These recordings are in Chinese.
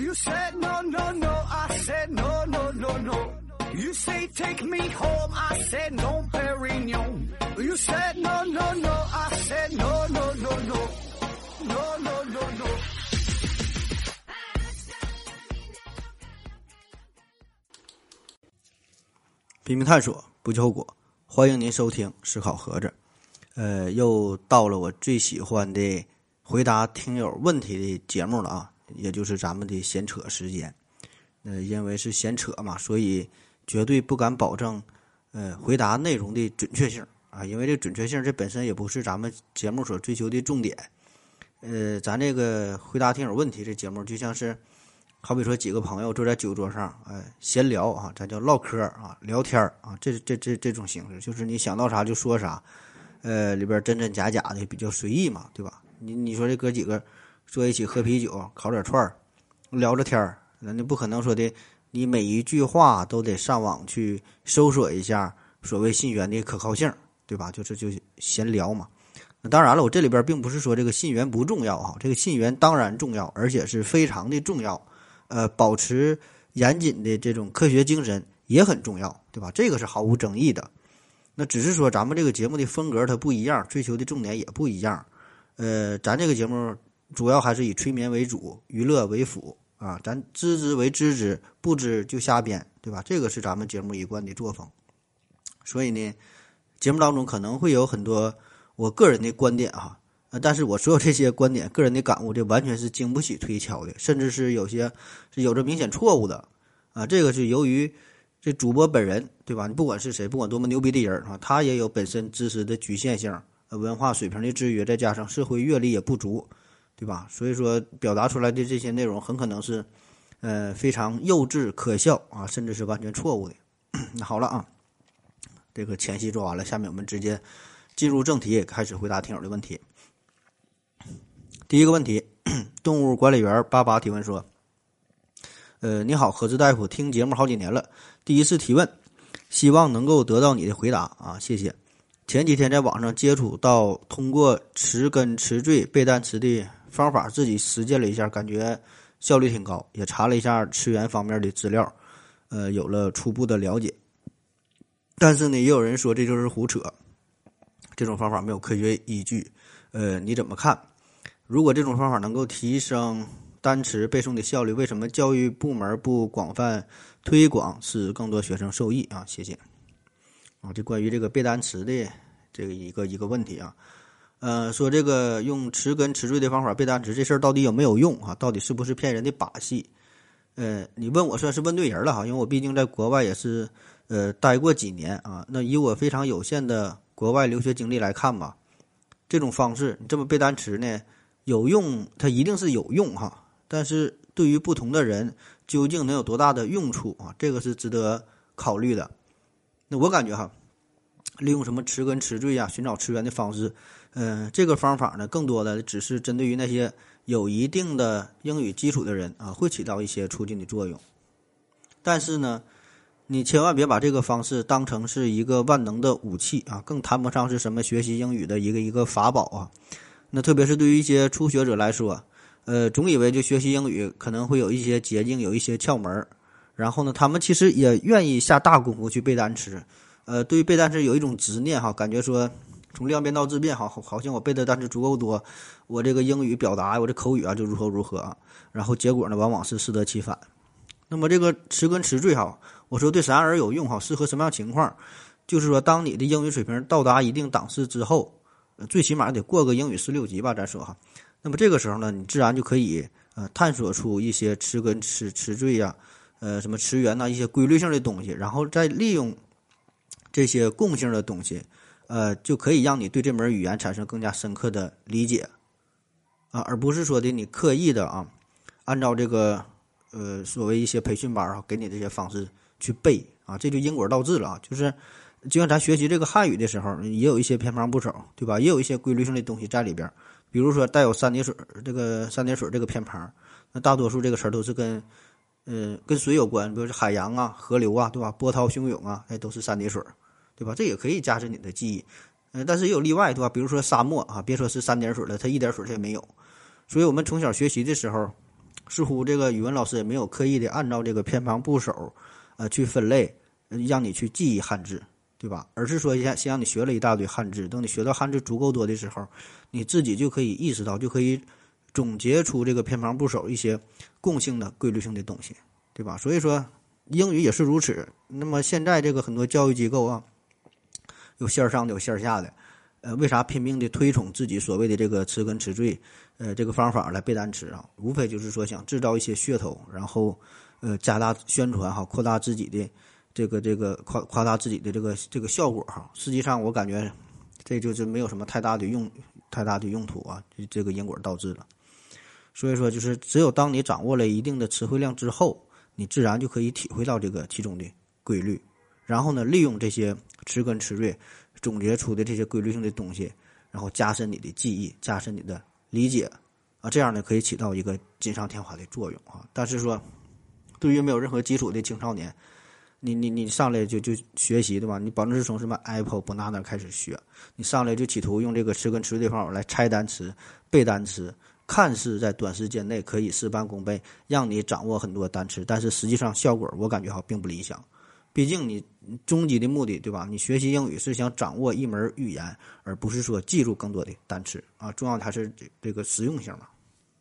You said no, no, no, I said no, no, no, no. You say take me home, I said no, Perignon. You said no, no, no, I said no, no, no, no. No, no, no, no. 拼命探索，不计后果。欢迎您收听思考盒子。又到了我最喜欢的回答听友问题的节目了啊，也就是咱们的闲扯时间。因为是闲扯嘛，所以绝对不敢保证回答内容的准确性啊，因为这准确性这本身也不是咱们节目所追求的重点。咱这个回答听友问题这节目就像是好比说几个朋友坐在酒桌上，闲聊啊，咱叫唠嗑啊，聊天啊，这种形式，就是你想到啥就说啥，里边真真假假的，比较随意嘛，对吧？你说这哥几个坐一起喝啤酒，烤点串聊着天儿，那不可能说的，你每一句话都得上网去搜索一下所谓信源的可靠性，对吧？就闲聊嘛。那当然了，我这里边并不是说这个信源不重要啊，这个信源当然重要，而且是非常的重要。保持严谨的这种科学精神也很重要，对吧？这个是毫无争议的。那只是说咱们这个节目的风格它不一样，追求的重点也不一样。咱这个节目主要还是以催眠为主，娱乐为辅啊，咱知之为知之，不知就瞎编，对吧？这个是咱们节目一贯的作风。所以呢，节目当中可能会有很多我个人的观点啊。但是我所有这些观点、个人的感悟，这完全是经不起推敲的，甚至是有些是有着明显错误的，啊，这个是由于这主播本人，对吧？你不管是谁，不管多么牛逼的人啊，他也有本身知识的局限性，文化水平的制约，再加上社会阅历也不足，对吧？所以说表达出来的这些内容很可能是，非常幼稚、可笑啊，甚至是完全错误的。那好了啊，这个前戏做完了，下面我们直接进入正题，开始回答听友的问题。第一个问题，动物管理员88提问说：你好，何志大夫，听节目好几年了，第一次提问，希望能够得到你的回答啊，谢谢。前几天在网上接触到通过词根词缀背单词的方法，自己实践了一下，感觉效率挺高，也查了一下词源方面的资料，有了初步的了解。但是呢，也有人说这就是胡扯，这种方法没有科学依据，你怎么看？如果这种方法能够提升单词背诵的效率，为什么教育部门不广泛推广，使更多学生受益啊？谢谢。啊，这关于这个背单词的这个一个问题啊，说这个用词根词缀的方法背单词这事儿到底有没有用啊？到底是不是骗人的把戏？你问我算是问对人了哈，因为我毕竟在国外也是待过几年啊。那以我非常有限的国外留学经历来看吧，这种方式你这么背单词呢？有用，它一定是有用哈，但是对于不同的人，究竟能有多大的用处啊？这个是值得考虑的。那我感觉哈，利用什么词根词缀啊，寻找词源的方式，这个方法呢，更多的只是针对于那些有一定的英语基础的人啊，会起到一些促进的作用。但是呢，你千万别把这个方式当成是一个万能的武器啊，更谈不上是什么学习英语的一个法宝啊。那特别是对于一些初学者来说，总以为就学习英语可能会有一些捷径，有一些窍门，然后呢，他们其实也愿意下大功夫去背单词，对于背单词有一种执念哈，感觉说从量变到质变，好像我背的单词足够多，我这个英语表达，我这口语啊就如何啊，然后结果呢，往往是适得其反。那么这个词根词缀哈，我说对啥人有用哈，适合什么样情况？就是说，当你的英语水平到达一定档次之后。最起码得过个英语16级吧，咱说哈。那么这个时候呢，你自然就可以探索出一些词根词缀呀，什么词源呐，一些规律性的东西，然后再利用这些共性的东西，就可以让你对这门语言产生更加深刻的理解啊，而不是说的你刻意的啊，按照这个所谓一些培训班啊给你这些方式去背啊，这就因果倒置了啊，就像咱学习这个汉语的时候，也有一些偏旁部首，对吧？也有一些规律性的东西在里边，比如说带有三点水这个偏旁，那大多数这个词儿都是跟水有关，比如说海洋啊、河流啊，对吧？波涛汹涌啊，都是三点水，对吧？这也可以加深你的记忆，但是也有例外，对吧？比如说沙漠啊，别说是三点水了，它一点水它也没有。所以我们从小学习的时候， 似乎这个语文老师也没有刻意的按照这个偏旁部首去分类，让你去记忆汉字，对吧？而是说先让你学了一大堆汉字，等你学到汉字足够多的时候，你自己就可以意识到，就可以总结出这个偏旁部首一些共性的规律性的东西，对吧？所以说英语也是如此。那么现在这个很多教育机构啊，有线上的有线下的，为啥拼命的推崇自己所谓的这个词根词缀这个方法来背单词啊？无非就是说想制造一些噱头，然后加大宣传哈，扩大自己的夸大自己的这个效果哈。实际上我感觉这就是没有什么太大的用途啊，这个因果倒置了。所以说就是只有当你掌握了一定的词汇量之后，你自然就可以体会到这个其中的规律，然后呢利用这些词根词缀总结出的这些规律性的东西，然后加深你的记忆，加深你的理解啊，这样呢可以起到一个锦上添花的作用啊。但是说对于没有任何基础的青少年，你上来就学习，对吧？你保证是从什么 Apple Banana 开始学，你上来就企图用这个词根词缀的方法来拆单词、背单词，看似在短时间内可以事半功倍，让你掌握很多单词，但是实际上效果我感觉并不理想。毕竟你终极的目的，对吧？你学习英语是想掌握一门语言，而不是说记住更多的单词啊。重要的还是这个实用性嘛。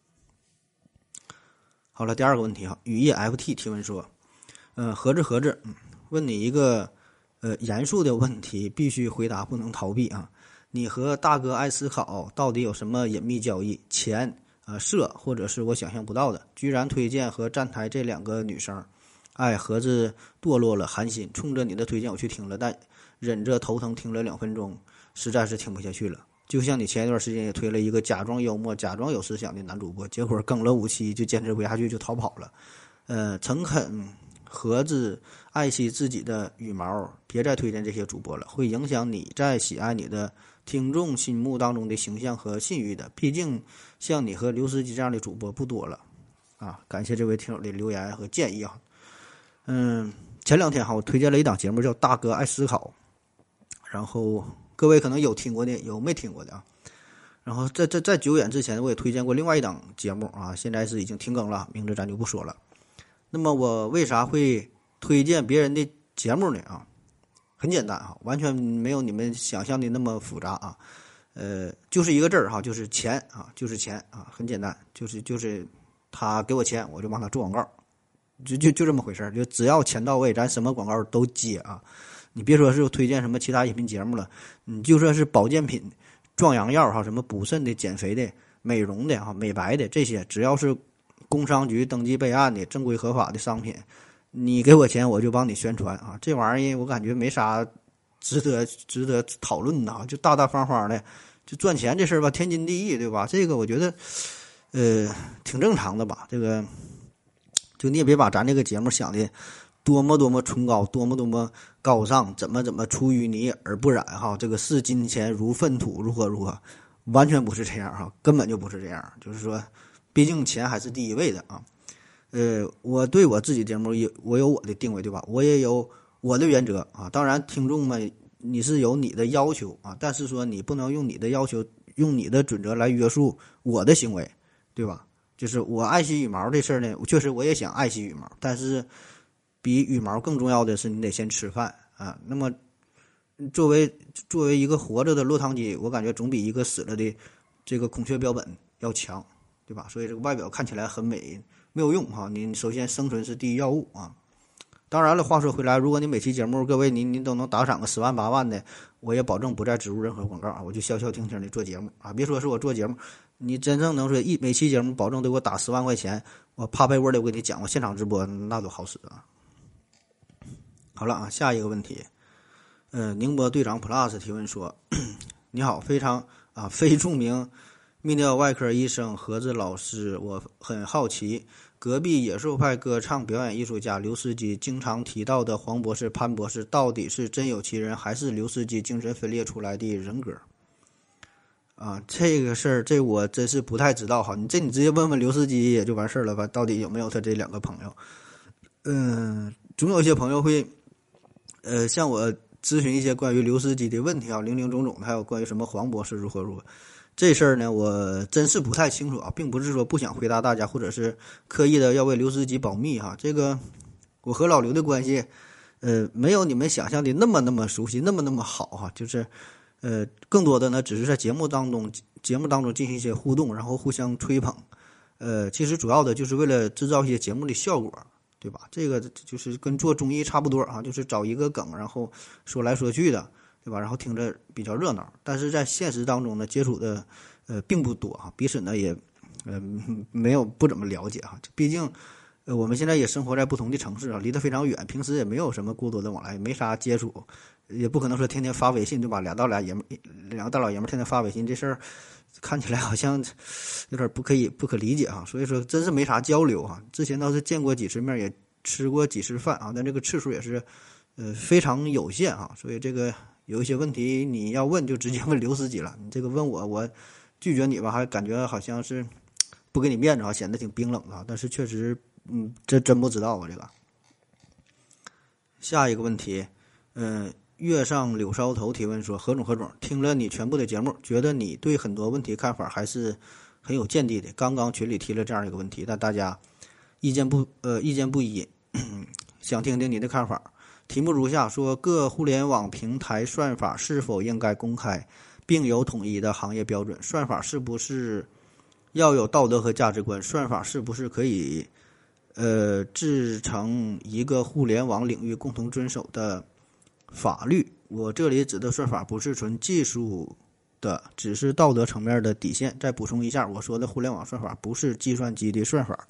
好了，第二个问题哈，语义 FT 提问说，盒子，问你一个严肃的问题，必须回答，不能逃避啊。你和大哥爱思考到底有什么隐秘交易？钱色，或者是我想象不到的，居然推荐和站台这两个女生。盒子堕落了，寒心，冲着你的推荐我去听了，但忍着头疼听了2分钟，实在是听不下去了。就像你前一段时间也推了一个假装幽默、假装有思想的男主播，结果更了5期就坚持不下去就逃跑了。诚恳盒子爱惜自己的羽毛，别再推荐这些主播了，会影响你在喜爱你的听众心目当中的形象和信誉的。毕竟像你和刘司机这样的主播不多了啊！感谢这位听友的留言和建议啊。前2天我推荐了一档节目叫《大哥爱思考》，然后各位可能有听过的，有没听过的啊？然后在久远之前，我也推荐过另外一档节目啊，现在是已经停更了，名字咱就不说了。那么我为啥会推荐别人的节目呢？啊，很简单啊，完全没有你们想象的那么复杂啊。就是一个字儿哈，就是钱啊，就是钱啊，很简单，就是他给我钱，我就帮他做广告。就这么回事儿，就只要钱到位，咱什么广告都接啊！你别说是推荐什么其他音频节目了，你就说是保健品、壮阳药哈，什么补肾的、减肥的、美容的哈、美白的这些，只要是工商局登记备案的、正规合法的商品，你给我钱我就帮你宣传啊！这玩意儿我感觉没啥值得讨论的，就大大方方的就赚钱这事儿吧，天经地义，对吧？这个我觉得挺正常的吧，这个。就你也别把咱这个节目想的多么崇高，多么高尚，怎么出淤泥而不染哈？这个视金钱如粪土，如何，完全不是这样哈，根本就不是这样。就是说，毕竟钱还是第一位的啊。我对我自己节目我有我的定位，对吧？我也有我的原则啊。当然，听众们你是有你的要求啊，但是说你不能用你的要求，用你的准则来约束我的行为，对吧？就是我爱惜羽毛这事儿呢，确实我也想爱惜羽毛，但是比羽毛更重要的是你得先吃饭啊。那么作为一个活着的落汤鸡，我感觉总比一个死了的这个孔雀标本要强，对吧？所以这个外表看起来很美没有用哈，你首先生存是第一要务啊。当然了，话说回来，如果你每期节目各位您都能打赏个10万8万的，我也保证不再植入任何广告啊，我就消消停停的做节目啊。别说是我做节目，你真正能说每期节目保证给我打10万块钱，我趴被窝里我给你讲，我现场直播那都好使啊。好了啊，下一个问题，宁波队长 Plus 提问说，你好，非著名泌尿外科医生盒子老师，我很好奇，隔壁野兽派歌唱表演艺术家刘司机经常提到的黄博士、潘博士，到底是真有其人，还是刘司机精神分裂出来的人格？啊，这个事儿，这我真是不太知道哈。你直接问问刘司机也就完事儿了吧？到底有没有他这2个朋友？总有一些朋友会，向我咨询一些关于刘司机的问题啊，零零总总，还有关于什么黄博士如何。 这事儿呢，我真是不太清楚啊，并不是说不想回答大家，或者是刻意的要为刘司机保密哈。这个我和老刘的关系，没有你们想象的那么熟悉，那么好哈。就是，更多的呢，只是在节目当中进行一些互动，然后互相吹捧。其实主要的就是为了制造一些节目的效果，对吧？这个就是跟做综艺差不多啊，就是找一个梗，然后说来说去的。对吧？然后听着比较热闹，但是在现实当中呢，接触的并不多啊，彼此呢也没有不怎么了解哈。毕竟我们现在也生活在不同的城市啊，离得非常远，平时也没有什么过多的往来，没啥接触，也不可能说天天发微信，对吧？两个大老爷们天天发微信，这事儿看起来好像有点不可理解哈。所以说真是没啥交流哈。之前倒是见过几次面，也吃过几次饭啊，但这个次数也是非常有限啊，所以这个。有一些问题你要问就直接问刘司机了，你这个问我拒绝你吧，还感觉好像是不给你面子啊，显得挺冰冷的。但是确实，这真不知道啊。这个下一个问题，月上柳梢头提问说，何总，听了你全部的节目，觉得你对很多问题看法还是很有见地的。刚刚群里提了这样一个问题，但大家意见不一，想听听你的看法。题目如下，说各互联网平台算法是否应该公开，并有统一的行业标准？算法是不是要有道德和价值观？算法是不是可以制成一个互联网领域共同遵守的法律？我这里指的算法不是纯技术的，只是道德层面的底线。再补充一下，我说的互联网算法不是计算机的算法。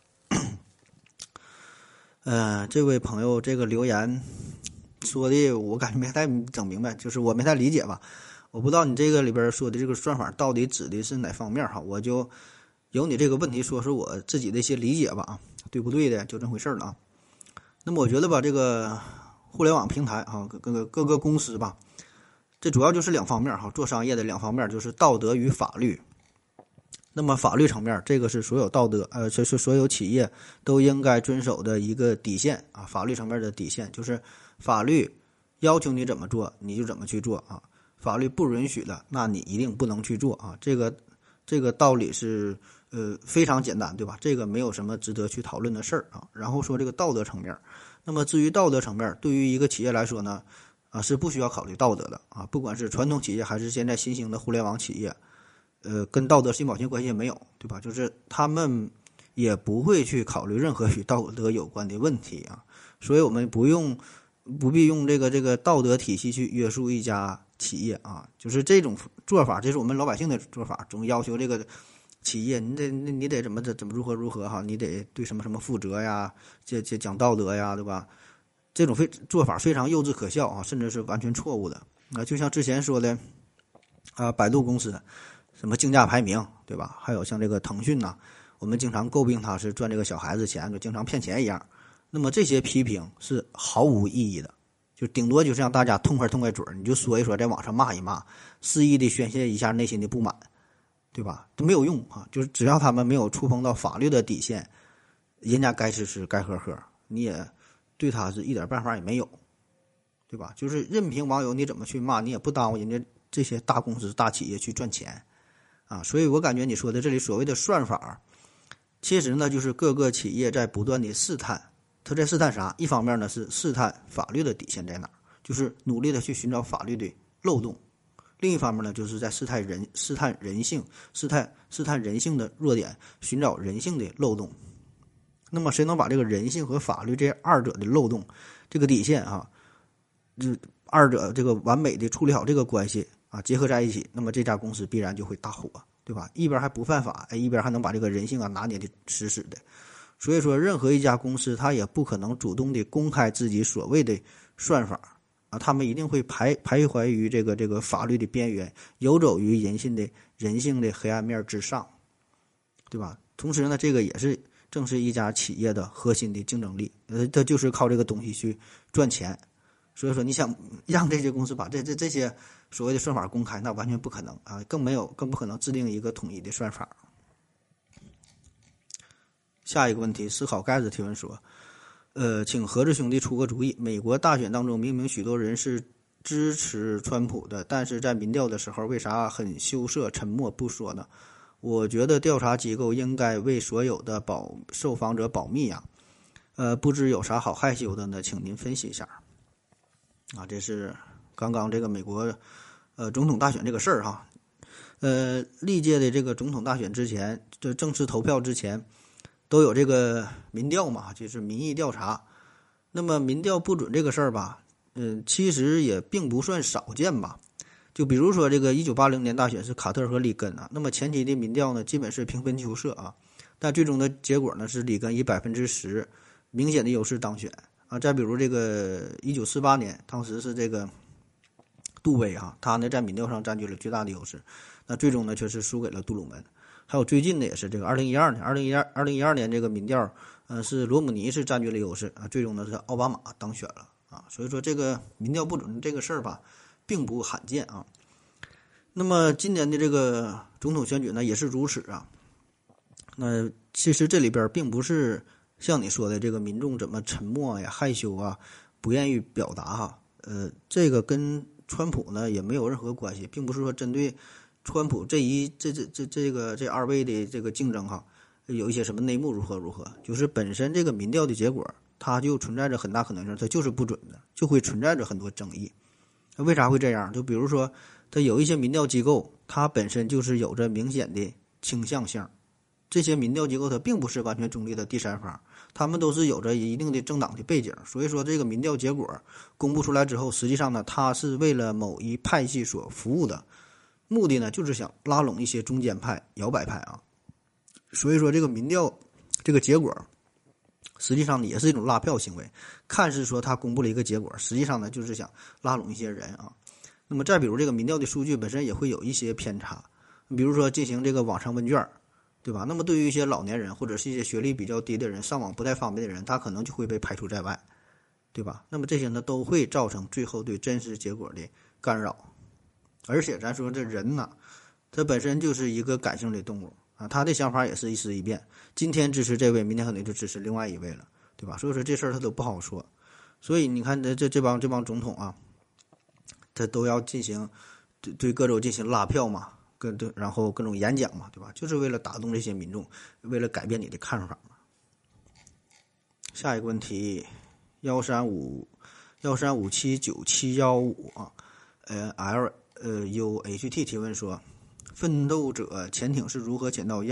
这位朋友这个留言说的我感觉没太整明白，就是我没太理解吧。我不知道你这个里边说的这个算法到底指的是哪方面哈，我就由你这个问题说说我自己的一些理解吧啊，对不对的就这回事了啊。那么我觉得吧，这个互联网平台啊，各个公司吧，这主要就是两方面哈，做商业的两方面就是道德与法律。那么法律层面，这个是所有是所有企业都应该遵守的一个底线啊。法律层面的底线就是法律要求你怎么做，你就怎么去做啊。法律不允许的，那你一定不能去做啊。这个道理是非常简单，对吧？这个没有什么值得去讨论的事儿啊。然后说这个道德层面，那么至于道德层面，对于一个企业来说呢，是不需要考虑道德的啊。不管是传统企业还是现在新兴的互联网企业。跟道德是一毛钱关系也没有，对吧？就是他们也不会去考虑任何与道德有关的问题啊，所以我们不必用这个道德体系去约束一家企业啊，就是这种做法，这是我们老百姓的做法，总要求这个企业你得怎么如何哈，你得对什么负责呀，这讲道德呀，对吧？这种做法非常幼稚可笑啊，甚至是完全错误的啊，就像之前说的百度公司。什么竞价排名，对吧？还有像这个腾讯呐，我们经常诟病它是赚这个小孩子钱，就经常骗钱一样。那么这些批评是毫无意义的，就顶多就是让大家痛快嘴，你就说一说，在网上骂一骂，肆意的宣泄一下内心的不满，对吧？都没有用啊！就是只要他们没有触碰到法律的底线，人家该吃该喝，你也对他是一点办法也没有，对吧？就是任凭网友你怎么去骂，你也不耽误人家这些大公司大企业去赚钱。所以我感觉你说的这里所谓的算法，其实呢就是各个企业在不断的试探，他在试探啥？一方面呢是试探法律的底线在哪儿，就是努力的去寻找法律的漏洞；另一方面呢就是在试探人性，试探人性的弱点，寻找人性的漏洞。那么谁能把这个人性和法律这二者的漏洞，这个底线就二者这个完美的处理好这个关系结合在一起，那么这家公司必然就会大火，对吧？一边还不犯法，一边还能把这个人性拿捏的死死的。所以说，任何一家公司它也不可能主动的公开自己所谓的算法他们一定会徘徊于这个法律的边缘，游走于人性的黑暗面之上，对吧？同时呢，这个也是正是一家企业的核心的竞争力，它就是靠这个东西去赚钱。所以说，你想让这些公司把这些所谓的算法公开，那完全不可能更不可能制定一个统一的算法。下一个问题，思考盖子提问说，请盒子兄弟出个主意。美国大选当中，明明许多人是支持川普的，但是在民调的时候为啥很羞涩沉默不说呢？我觉得调查机构应该为所有的受访者保密呀。不知有啥好害羞的呢？请您分析一下。啊，这是刚刚这个美国总统大选这个事儿哈。历届的这个总统大选之前，这正式投票之前，都有这个民调嘛，就是民意调查。那么民调不准这个事儿吧，其实也并不算少见吧。就比如说这个1980年大选是卡特和里根啊，那么前期的民调呢，基本是平分秋色啊，但最终的结果呢是里根以10%明显的优势当选啊。再比如这个1948年，当时是这个杜威啊，他呢在民调上占据了巨大的优势，那最终呢却是输给了杜鲁门。还有最近的也是这个2012年这个民调，是罗姆尼是占据了优势啊，最终呢是奥巴马当选了啊。所以说这个民调不准这个事儿吧，并不罕见啊。那么今年的这个总统选举呢也是如此啊。那其实这里边并不是像你说的这个民众怎么沉默呀、害羞啊、不愿意表达哈，这个跟川普呢也没有任何关系，并不是说针对川普这二位的这个竞争哈，有一些什么内幕如何，就是本身这个民调的结果，它就存在着很大可能性，它就是不准的，就会存在着很多争议。那为啥会这样？就比如说，它有一些民调机构，它本身就是有着明显的倾向性。这些民调机构它并不是完全中立的第三方，他们都是有着一定的政党的背景，所以说这个民调结果公布出来之后，实际上呢，它是为了某一派系所服务的，目的呢就是想拉拢一些中间派、摇摆派啊。所以说这个民调这个结果，实际上呢也是一种拉票行为，看似说他公布了一个结果，实际上呢就是想拉拢一些人啊。那么再比如这个民调的数据本身也会有一些偏差，比如说进行这个网上问卷，对吧？那么对于一些老年人或者是一些学历比较低的人，上网不太方便的人，他可能就会被排除在外，对吧？那么这些呢都会造成最后对真实结果的干扰。而且咱说这人呢，他本身就是一个感性的动物啊，他的想法也是一时一变，今天支持这位，明天可能就支持另外一位了，对吧？所以说这事儿他都不好说。所以你看这帮总统啊，他都要进行对各州进行拉票嘛，然后各种演讲嘛，对吧？就是为了打动这些民众，为了改变你的看法嘛。下一个问题，1357971啊，LUHT 提问说，奋斗者潜艇是如何潜到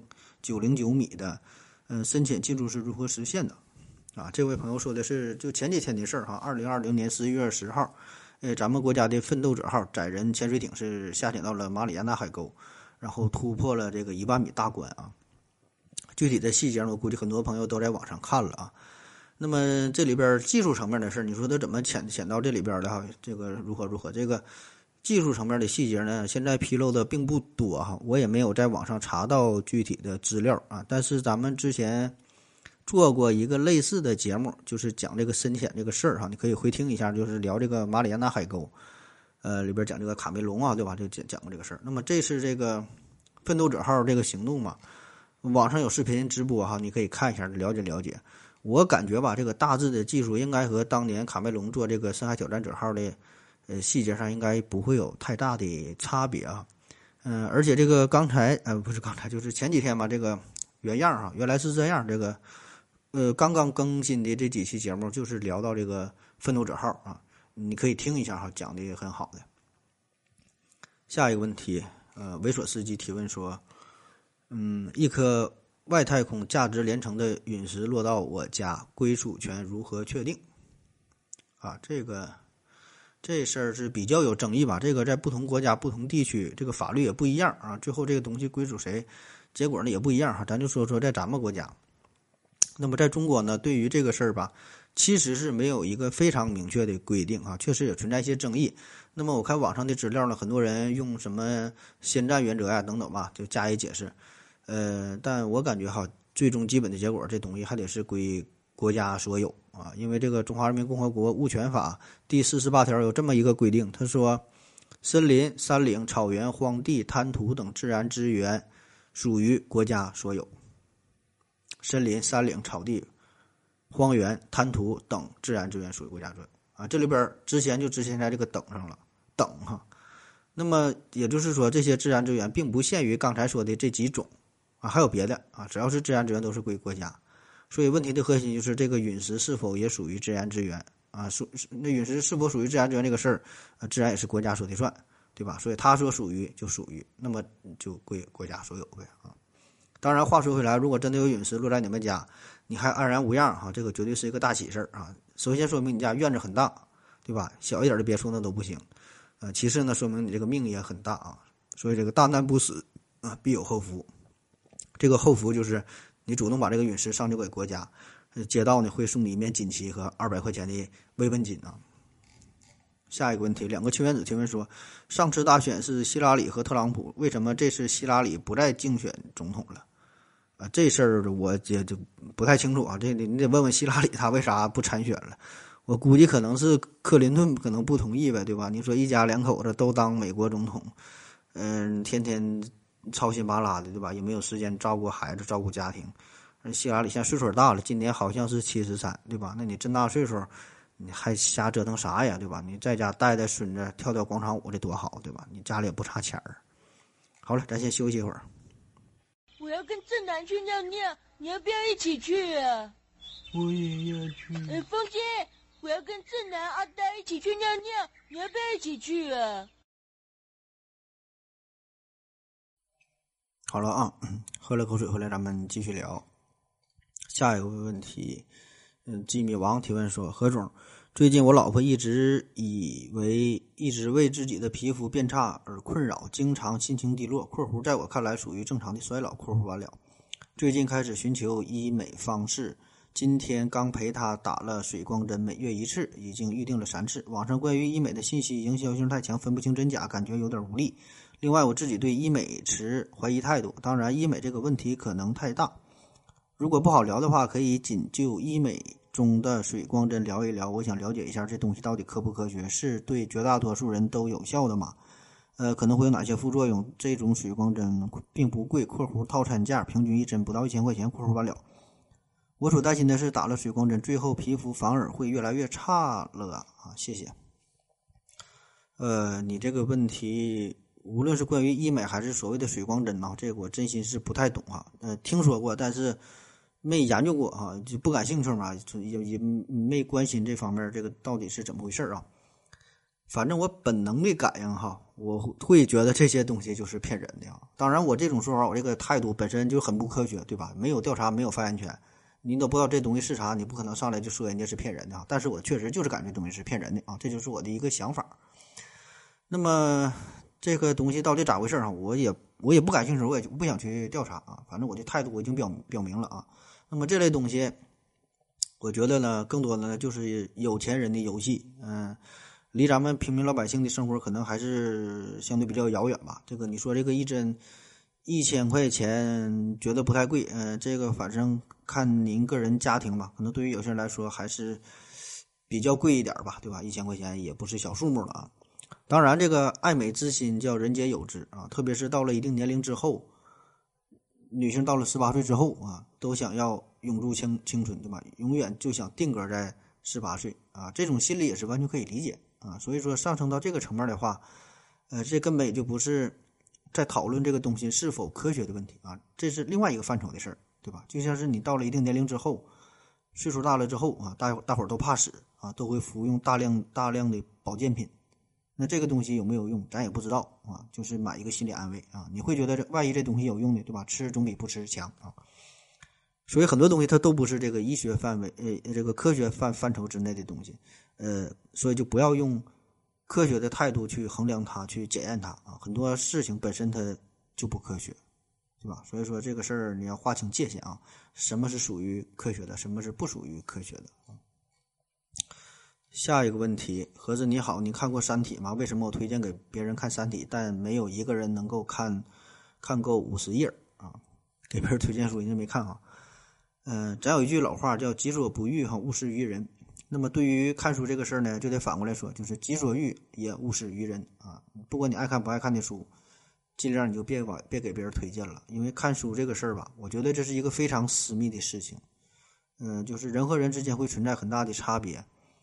10909米的？深潜技术是如何实现的？啊，这位朋友说的是就前几天的事儿哈，2020年11月10号。咱们国家的奋斗者号载人潜水艇是下潜到了马里亚纳海沟，然后突破了这个1万米大关啊。具体的细节我估计很多朋友都在网上看了啊。那么这里边技术层面的事，你说他怎么潜到这里边的哈？这个如何？这个技术层面的细节呢，现在披露的并不多哈，我也没有在网上查到具体的资料啊。但是咱们之前做过一个类似的节目，就是讲这个深潜这个事儿哈，你可以回听一下，就是聊这个马里亚纳海沟，里边讲这个卡梅隆啊，对吧？就讲过这个事儿。那么这是这个奋斗者号这个行动嘛，网上有视频直播哈，你可以看一下了解。我感觉吧，这个大致的技术应该和当年卡梅隆做这个深海挑战者号的细节上应该不会有太大的差别啊。而且这个就是前几天吧，这个原样哈，原来是这样，这个。刚刚更新的这几期节目就是聊到这个奋斗者号啊，你可以听一下哈，讲的很好的。下一个问题，猥琐司机提问说，一颗外太空价值连城的陨石落到我家，归属权如何确定？啊，这事儿是比较有争议吧？这个在不同国家、不同地区，这个法律也不一样啊。最后这个东西归属谁，结果呢也不一样哈。咱就说在咱们国家。那么在中国呢，对于这个事儿吧，其实是没有一个非常明确的规定啊，确实也存在一些争议。那么我看网上的资料呢，很多人用什么先占原则呀等等吧，就加以解释。但我感觉哈，最终基本的结果，这东西还得是归国家所有啊，因为这个《中华人民共和国物权法》第48条有这么一个规定，他说，森林、山岭、草原、荒地、滩涂等自然资源属于国家所有。森林、山岭、草地、荒原、滩涂等自然资源属于国家所有啊，这里边之前就之前在这个等上了，等哈。那么也就是说，这些自然资源并不限于刚才说的这几种啊，还有别的啊，只要是自然资源都是归国家。所以问题的核心就是这个陨石是否也属于自然资源啊？那陨石是否属于自然资源这个事儿啊，自然也是国家说的算，对吧？所以他说属于就属于，那么就归国家所有呗啊。当然，话说回来，如果真的有陨石落在你们家，你还安然无恙哈，这个绝对是一个大喜事儿啊。首先说明你家院子很大，对吧？小一点的别墅那都不行。其次呢，说明你这个命也很大啊，所以这个大难不死啊，必有后福。这个后福就是你主动把这个陨石上交给国家，街道呢会送你一面锦旗和200块钱的慰问金啊。下一个问题，两个清源子提问说，上次大选是希拉里和特朗普，为什么这次希拉里不再竞选总统了？这事儿我也就不太清楚啊，这你得问问希拉里他为啥不参选了。我估计可能是克林顿可能不同意呗，对吧？你说一家两口子都当美国总统，天天操心巴拉的，对吧？也没有时间照顾孩子、照顾家庭。希拉里现在岁数大了，今年好像是73，对吧？那你这么大岁数，你还瞎折腾啥呀，对吧？你在家带孙子跳跳广场舞，这多好，对吧？你家里也不差钱儿。好了，咱先休息一会儿。 我要跟正南去尿尿，你要不要一起去啊？ 我也要去。 风姐，我要跟正南、阿呆一起去尿尿，你要不要一起去啊？ 好了啊，喝了口水回来，咱们继续聊。下一个问题，吉米王提问说，何总，最近我老婆一直为自己的皮肤变差而困扰，经常心情低落（括弧在我看来属于正常的衰老）（括弧完了）。最近开始寻求医美方式，今天刚陪她打了水光针，每月1次，已经预定了3次。网上关于医美的信息营销性太强，分不清真假，感觉有点无力。另外，我自己对医美持怀疑态度，当然医美这个问题可能太大，如果不好聊的话，可以仅就医美中的水光针聊一聊。我想了解一下这东西到底科不科学，是对绝大多数人都有效的吗？可能会有哪些副作用？这种水光针并不贵（括弧套餐价，平均一针不到1000块钱）（括弧完了）。我所担心的是打了水光针，最后皮肤反而会越来越差了啊！谢谢。你这个问题，无论是关于医美还是所谓的水光针啊，这个我真心是不太懂啊。听说过，但是没研究过啊，就不感兴趣嘛，也没关心这方面，这个到底是怎么回事啊？反正我本能的感应哈，我会觉得这些东西就是骗人的啊。当然，我这种说法，我这个态度本身就很不科学，对吧？没有调查，没有发言权，你都不知道这东西是啥，你不可能上来就说人家是骗人的啊。但是我确实就是感觉这东西是骗人的啊，这就是我的一个想法。那么这个东西到底咋回事啊？我也不感兴趣，我也不想去调查啊。反正我的态度我已经表明了啊。那么这类东西，我觉得呢，更多的呢就是有钱人的游戏，离咱们平民老百姓的生活可能还是相对比较遥远吧。这个你说这个一针1000块钱，觉得不太贵，这个反正看您个人家庭吧，可能对于有些人来说还是比较贵一点吧，对吧？1000块钱也不是小数目了啊。当然，这个爱美之心叫人皆有之啊，特别是到了一定年龄之后，女性到了18岁之后啊，都想要永驻青春，对吧？永远就想定格在18岁啊，这种心理也是完全可以理解啊。所以说上升到这个层面的话，这根本也就不是在讨论这个东西是否科学的问题啊，这是另外一个范畴的事儿，对吧？就像是你到了一定年龄之后，岁数大了之后啊，大伙儿都怕死啊，都会服用大量的保健品。那这个东西有没有用，咱也不知道啊，就是买一个心理安慰啊。你会觉得万一这东西有用的，对吧？吃总比不吃强啊。所以很多东西它都不是这个医学范围，这个科学范畴之内的东西，所以就不要用科学的态度去衡量它，去检验它啊。很多事情本身它就不科学，对吧？所以说这个事儿你要划清界限啊，什么是属于科学的，什么是不属于科学的啊。下一个问题，盒子你好，你看过《三体》吗？为什么我推荐给别人看《三体》，但没有一个人能够看够50页啊？给别人推荐书，人家没看啊。咱有一句老话叫己所不欲，勿施于人。那么对于看书这个事儿呢，就得反过来说，就是己所欲也勿施于人啊。不管你爱看不爱看的书，尽量你就别给别人推荐了，因为看书这个事儿吧，我觉得这是一个非常私密的事情。就是人和人之间会存在很大的差别。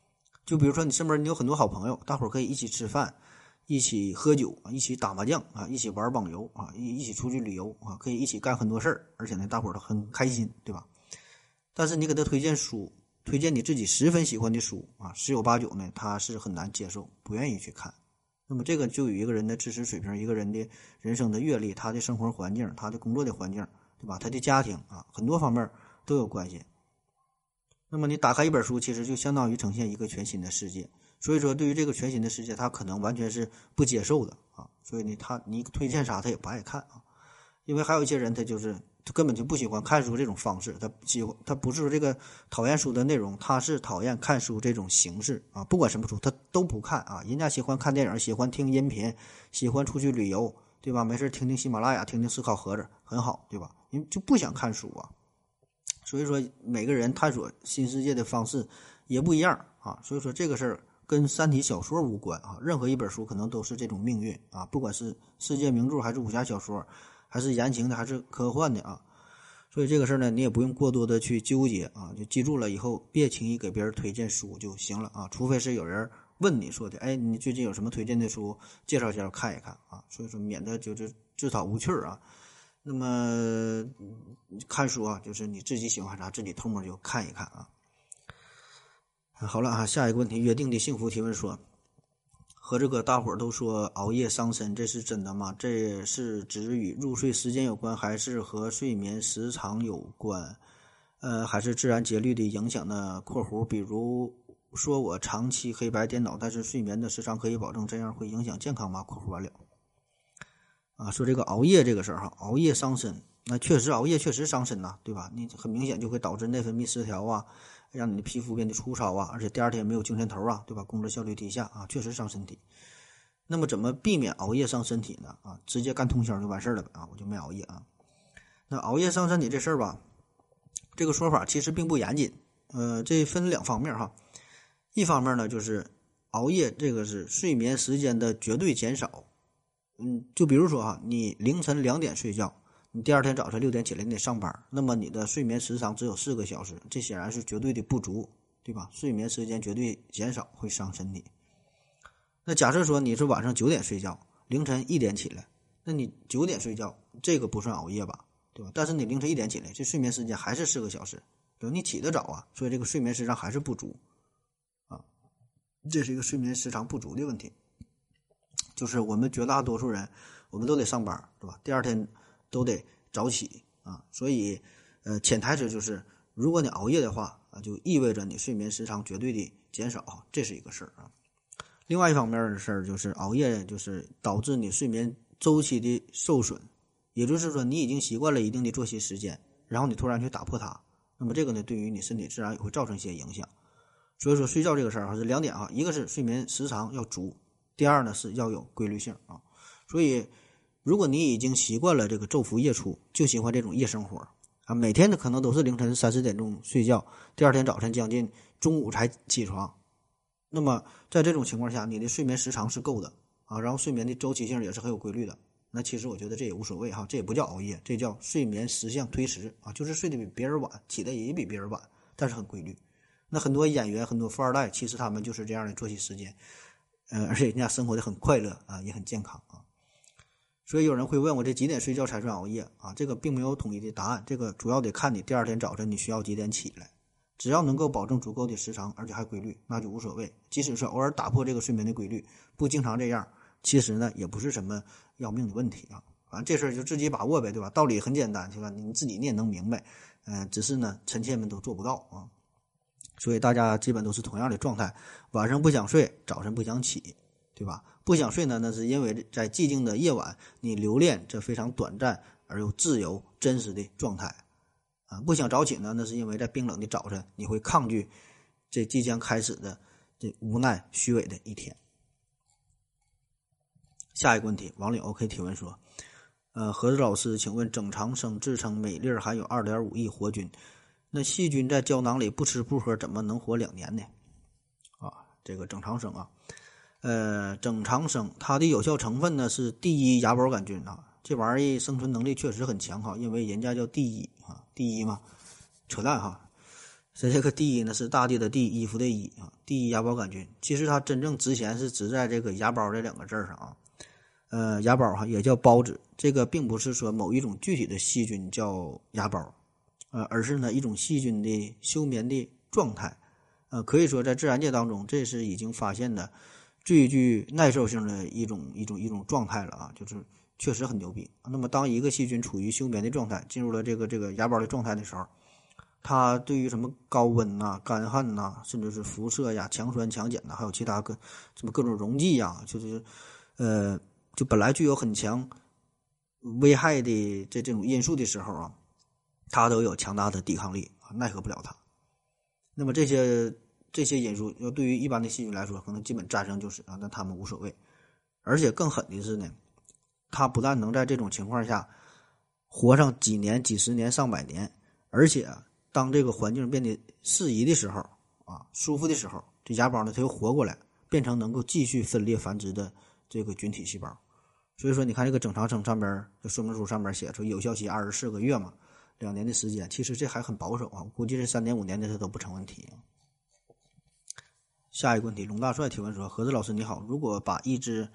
就比如说你身边你有很多好朋友，大伙儿可以一起吃饭，一起喝酒啊，一起打麻将啊，一起玩网游啊，一起出去旅游啊，可以一起干很多事儿，而且呢大伙儿都很开心，对吧？但是你给他推荐书，推荐你自己十分喜欢的书啊，十有八九呢他是很难接受，不愿意去看。那么这个就与一个人的知识水平，一个人的人生的阅历，他的生活环境，他的工作的环境，对吧？他的家庭啊，很多方面都有关系。那么你打开一本书，其实就相当于呈现一个全新的世界。所以说，对于这个全新的世界，他可能完全是不接受的啊。所以呢，你推荐啥他也不爱看啊。因为还有一些人，他根本就不喜欢看书这种方式，他不是说这个讨厌书的内容，他是讨厌看书这种形式啊。不管什么书他都不看啊。人家喜欢看电影，喜欢听音频，喜欢出去旅游，对吧？没事听听喜马拉雅，听听思考盒子，很好，对吧？因为就不想看书啊。所以说每个人探索新世界的方式也不一样啊。所以说这个事儿跟三体小说无关啊，任何一本书可能都是这种命运啊，不管是世界名著还是武侠小说，还是言情的还是科幻的啊。所以这个事儿呢，你也不用过多的去纠结啊，就记住了以后别轻易给别人推荐书就行了啊，除非是有人问你说的，哎，你最近有什么推荐的书，介绍一下我看一看啊。所以说免得就是自讨无趣啊。那么看书啊，就是你自己喜欢啥，自己偷摸就看一看啊。好了啊，下一个问题，约定的幸福提问说，和这个大伙儿都说熬夜伤身，这是真的吗？这是指与入睡时间有关，还是和睡眠时长有关？还是自然节律的影响呢？（括弧比如说我长期黑白颠倒，但是睡眠的时长可以保证，这样会影响健康吗？）（括弧完了。）啊，说这个熬夜这个事儿哈，熬夜伤身，那确实熬夜确实伤身呐，对吧？你很明显就会导致内分泌失调啊，让你的皮肤变得粗糙啊，而且第二天没有精神头啊，对吧？工作效率低下啊，确实伤身体。那么怎么避免熬夜伤身体呢？啊，直接干通宵就完事儿了啊，我就没熬夜啊。那熬夜伤身体这事儿吧，这个说法其实并不严谨，这分两方面哈。一方面呢，就是熬夜这个是睡眠时间的绝对减少。就比如说哈，你凌晨2点睡觉，你第二天早晨6点起来你得上班，那么你的睡眠时长只有4个小时，这显然是绝对的不足，对吧？睡眠时间绝对减少会伤身体。那假设说你是晚上9点睡觉，凌晨1点起来，那你9点睡觉，这个不算熬夜吧，对吧？但是你凌晨1点起来，这睡眠时间还是4个小时，对吧？你起得早啊，所以这个睡眠时长还是不足啊，这是一个睡眠时长不足的问题。就是我们绝大多数人，我们都得上班，对吧？第二天都得早起啊，所以潜台词就是，如果你熬夜的话啊，就意味着你睡眠时长绝对的减少，这是一个事儿啊。另外一方面的事儿就是熬夜就是导致你睡眠周期的受损，也就是说你已经习惯了一定的作息时间，然后你突然去打破它，那么这个呢对于你身体自然也会造成一些影响。所以说睡觉这个事儿还是2点啊，一个是睡眠时长要足。第二呢是要有规律性啊，所以如果你已经习惯了这个昼伏夜出，就喜欢这种夜生活啊，每天的可能都是凌晨3、4点钟睡觉，第二天早晨将近中午才起床，那么在这种情况下，你的睡眠时长是够的啊，然后睡眠的周期性也是很有规律的，那其实我觉得这也无所谓哈，这也不叫熬夜，这叫睡眠时相推迟啊，就是睡得比别人晚，起得也比别人晚，但是很规律。那很多演员、很多富二代，其实他们就是这样的作息时间。而且人家生活的很快乐啊，也很健康啊。所以有人会问我这几点睡觉才算熬夜啊？这个并没有统一的答案，这个主要得看你第二天早晨你需要几点起来。只要能够保证足够的时长，而且还规律，那就无所谓。即使是偶尔打破这个睡眠的规律，不经常这样，其实呢也不是什么要命的问题啊。反正这事儿就自己把握呗，对吧？道理很简单，对吧？你自己你也能明白，只是呢臣妾们都做不到啊。所以大家基本都是同样的状态，晚上不想睡，早晨不想起，对吧？不想睡呢，那是因为在寂静的夜晚，你留恋这非常短暂而又自由真实的状态啊。不想早起呢，那是因为在冰冷的早晨，你会抗拒这即将开始的这无奈虚伪的一天。下一个问题，网友 OK 提问说，何子老师，请问整肠生自称每粒含有2.5亿活菌，那细菌在胶囊里不吃不喝怎么能活2年呢？啊，这个整肠生啊，整肠生它的有效成分呢是第一芽孢杆菌啊，这玩意儿生存能力确实很强哈，因为人家叫第一啊，第一嘛，扯淡哈。 这个第一呢是大地的地，衣服的衣啊，第一芽孢杆菌。其实它真正值钱是值在这个芽孢这两个字上啊。芽孢哈也叫孢子，这个并不是说某一种具体的细菌叫芽孢，而是呢一种细菌的休眠的状态。可以说在自然界当中，这是已经发现的最具耐受性的一种状态了啊，就是确实很牛逼。那么当一个细菌处于休眠的状态，进入了这个芽孢的状态的时候，它对于什么高温呐、干旱呐，甚至是辐射呀、强酸强碱呐，还有其他什么各种溶剂呀，就是就本来具有很强危害的这种因素的时候啊，它都有强大的抵抗力啊，奈何不了它。那么这些因素，要对于一般的细菌来说，可能基本战胜就是啊，那他们无所谓。而且更狠的是呢，它不但能在这种情况下活上几年、几十年、上百年，而且当这个环境变得适宜的时候啊，舒服的时候，这芽孢呢它又活过来，变成能够继续分裂繁殖的这个菌体细胞。所以说，你看这个整长生上边，这说明书上面写出有效期24个月嘛，2年的时间，其实这还很保守啊，估计这3年5年的它都不成问题。下一个问题，龙大帅提问说：“何子老师你好，如果把一只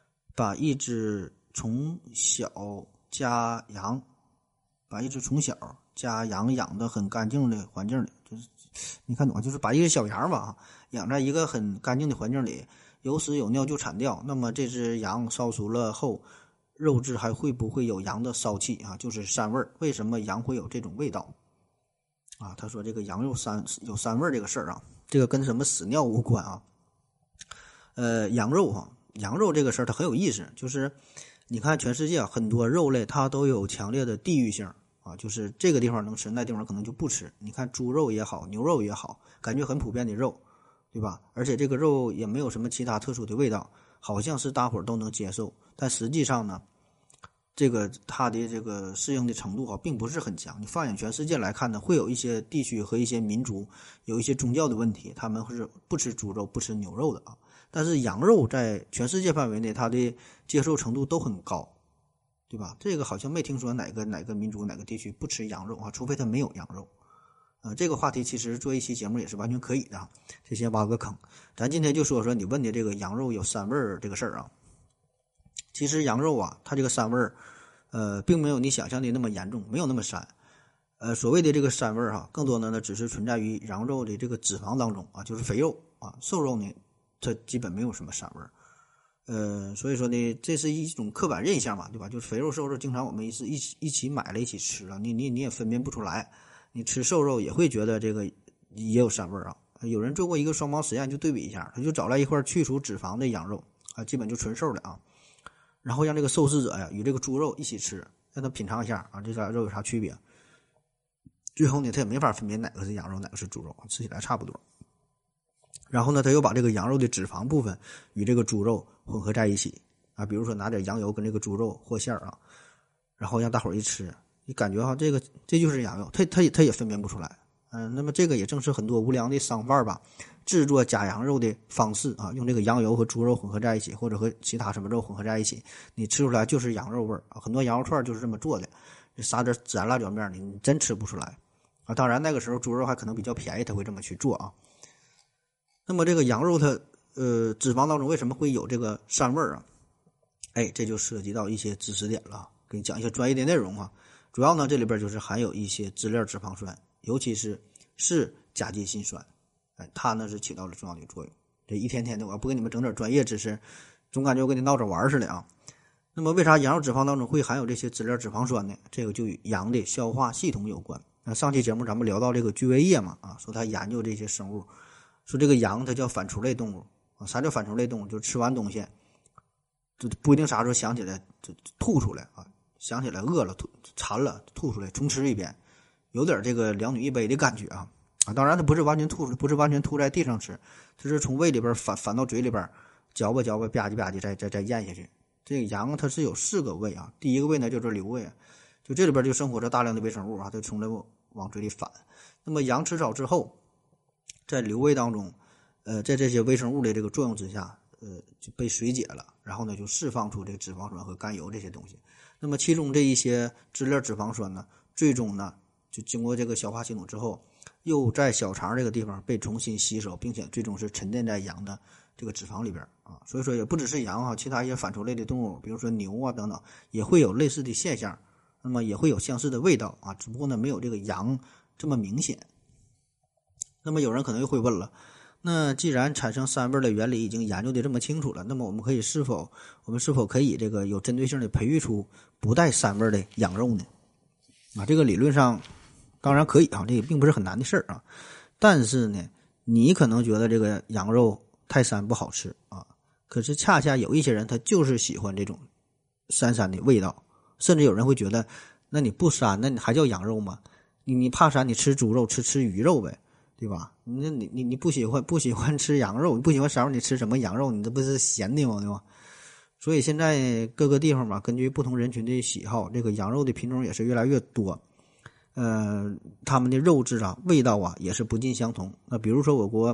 从小家养，把一只从小家养的很干净的环境里，就是你看懂啊，就是把一个小羊吧养在一个很干净的环境里，有屎有尿就铲掉，那么这只羊烧熟了后，肉质还会不会有羊的骚气啊？就是膻味。为什么羊会有这种味道？”啊，他说这个羊肉有膻味这个事儿啊，这个跟什么屎尿无关啊。羊肉这个事儿它很有意思，就是你看全世界很多肉类它都有强烈的地域性啊，就是这个地方能吃，那地方可能就不吃。你看猪肉也好，牛肉也好，感觉很普遍的肉，对吧？而且这个肉也没有什么其他特殊的味道，好像是大伙儿都能接受，但实际上呢，这个它的这个适应的程度并不是很强。你放眼全世界来看呢，会有一些地区和一些民族有一些宗教的问题，他们是不吃猪肉、不吃牛肉的啊。但是羊肉在全世界范围内，它的接受程度都很高，对吧？这个好像没听说哪个民族哪个地区不吃羊肉啊，除非它没有羊肉。这个话题其实做一期节目也是完全可以的，这先挖个坑。咱今天就说说你问的这个羊肉有膻味儿这个事儿啊。其实羊肉啊，它这个膻味儿，并没有你想象的那么严重，没有那么膻。所谓的这个膻味儿更多的呢只是存在于羊肉的这个脂肪当中啊，就是肥肉啊，瘦肉呢它基本没有什么膻味儿。所以说呢，这是一种刻板印象嘛，对吧？就是肥肉瘦肉，经常我们一起买了一起吃了，你也分辨不出来。你吃瘦肉也会觉得这个也有膻味儿啊。有人做过一个双盲实验，就对比一下，他就找来一块去除脂肪的羊肉啊，基本就纯瘦的啊，然后让这个受试者呀与这个猪肉一起吃，让他品尝一下啊，这俩肉有啥区别。最后呢，他也没法分辨哪个是羊肉，哪个是猪肉，吃起来差不多。然后呢，他又把这个羊肉的脂肪部分与这个猪肉混合在一起啊，比如说拿点羊油跟这个猪肉和馅儿啊，然后让大伙儿一吃，你感觉这就是羊肉，他也分辨不出来。那么这个也正是很多无良的商贩吧制作假羊肉的方式啊，用这个羊油和猪肉混合在一起，或者和其他什么肉混合在一起，你吃出来就是羊肉味儿啊。很多羊肉串就是这么做的，撒点孜然辣椒面你真吃不出来啊。当然那个时候猪肉还可能比较便宜，他会这么去做啊。那么这个羊肉它脂肪当中为什么会有这个膻味儿啊？这就涉及到一些知识点了，给你讲一些专业的内容啊。主要呢这里边就是含有一些支链脂肪酸，尤其是甲基辛酸，它呢是起到了重要的作用。这一天天的我不给你们整点专业知识，总感觉我跟你闹着玩似的啊。那么为啥羊肉脂肪当中会含有这些支链脂肪酸呢？这个就与羊的消化系统有关。那上期节目咱们聊到这个巨胃液嘛，说他研究这些生物，说这个羊它叫反刍类动物啊。啥叫反刍类动物？就是吃完东西就不一定啥时候想起来就吐出来啊，想起来饿了馋了吐出来重吃一遍，有点这个两女一杯的感觉啊。当然它不是完全吐出来，不是完全吐在地上吃，它是从胃里边反到嘴里边嚼吧吧吧唧吧唧再咽下去。这个羊它是有4个胃啊，第一个胃呢叫做瘤胃，就这里边就生活着大量的微生物啊，它从来往嘴里反。那么羊吃草之后，在瘤胃当中，在这些微生物的这个作用之下，就被水解了，然后呢就释放出这个脂肪酸和甘油这些东西。那么其中这一些支链脂肪酸呢，最终呢就经过这个消化系统之后， 又在小肠这个地方被重新吸收，并且最终是沉淀在羊的这个脂肪里边啊。所以说也不只是羊啊，其他一些反刍类的动物，比如说牛啊等等，也会有类似的现象，那么也会有相似的味道啊，只不过呢没有这个羊这么明显。那么有人可能又会问了，那既然产生膻味的原理已经研究的这么清楚了，那么我们是否可以这个有针对性的培育出不带膻味的羊肉呢？啊，这个理论上当然可以啊，这也并不是很难的事儿啊。但是呢，你可能觉得这个羊肉太膻不好吃啊，可是恰恰有一些人他就是喜欢这种膻膻的味道，甚至有人会觉得，那你不膻，那你还叫羊肉吗？你怕膻，你吃猪肉吃鱼肉呗，对吧？那你不喜欢吃羊肉，你不喜欢膻味，你吃什么羊肉？你这不是咸的吗？对吧？所以现在各个地方嘛，根据不同人群的喜好，这个羊肉的品种也是越来越多。他们的肉质啊、味道啊也是不尽相同。那比如说我国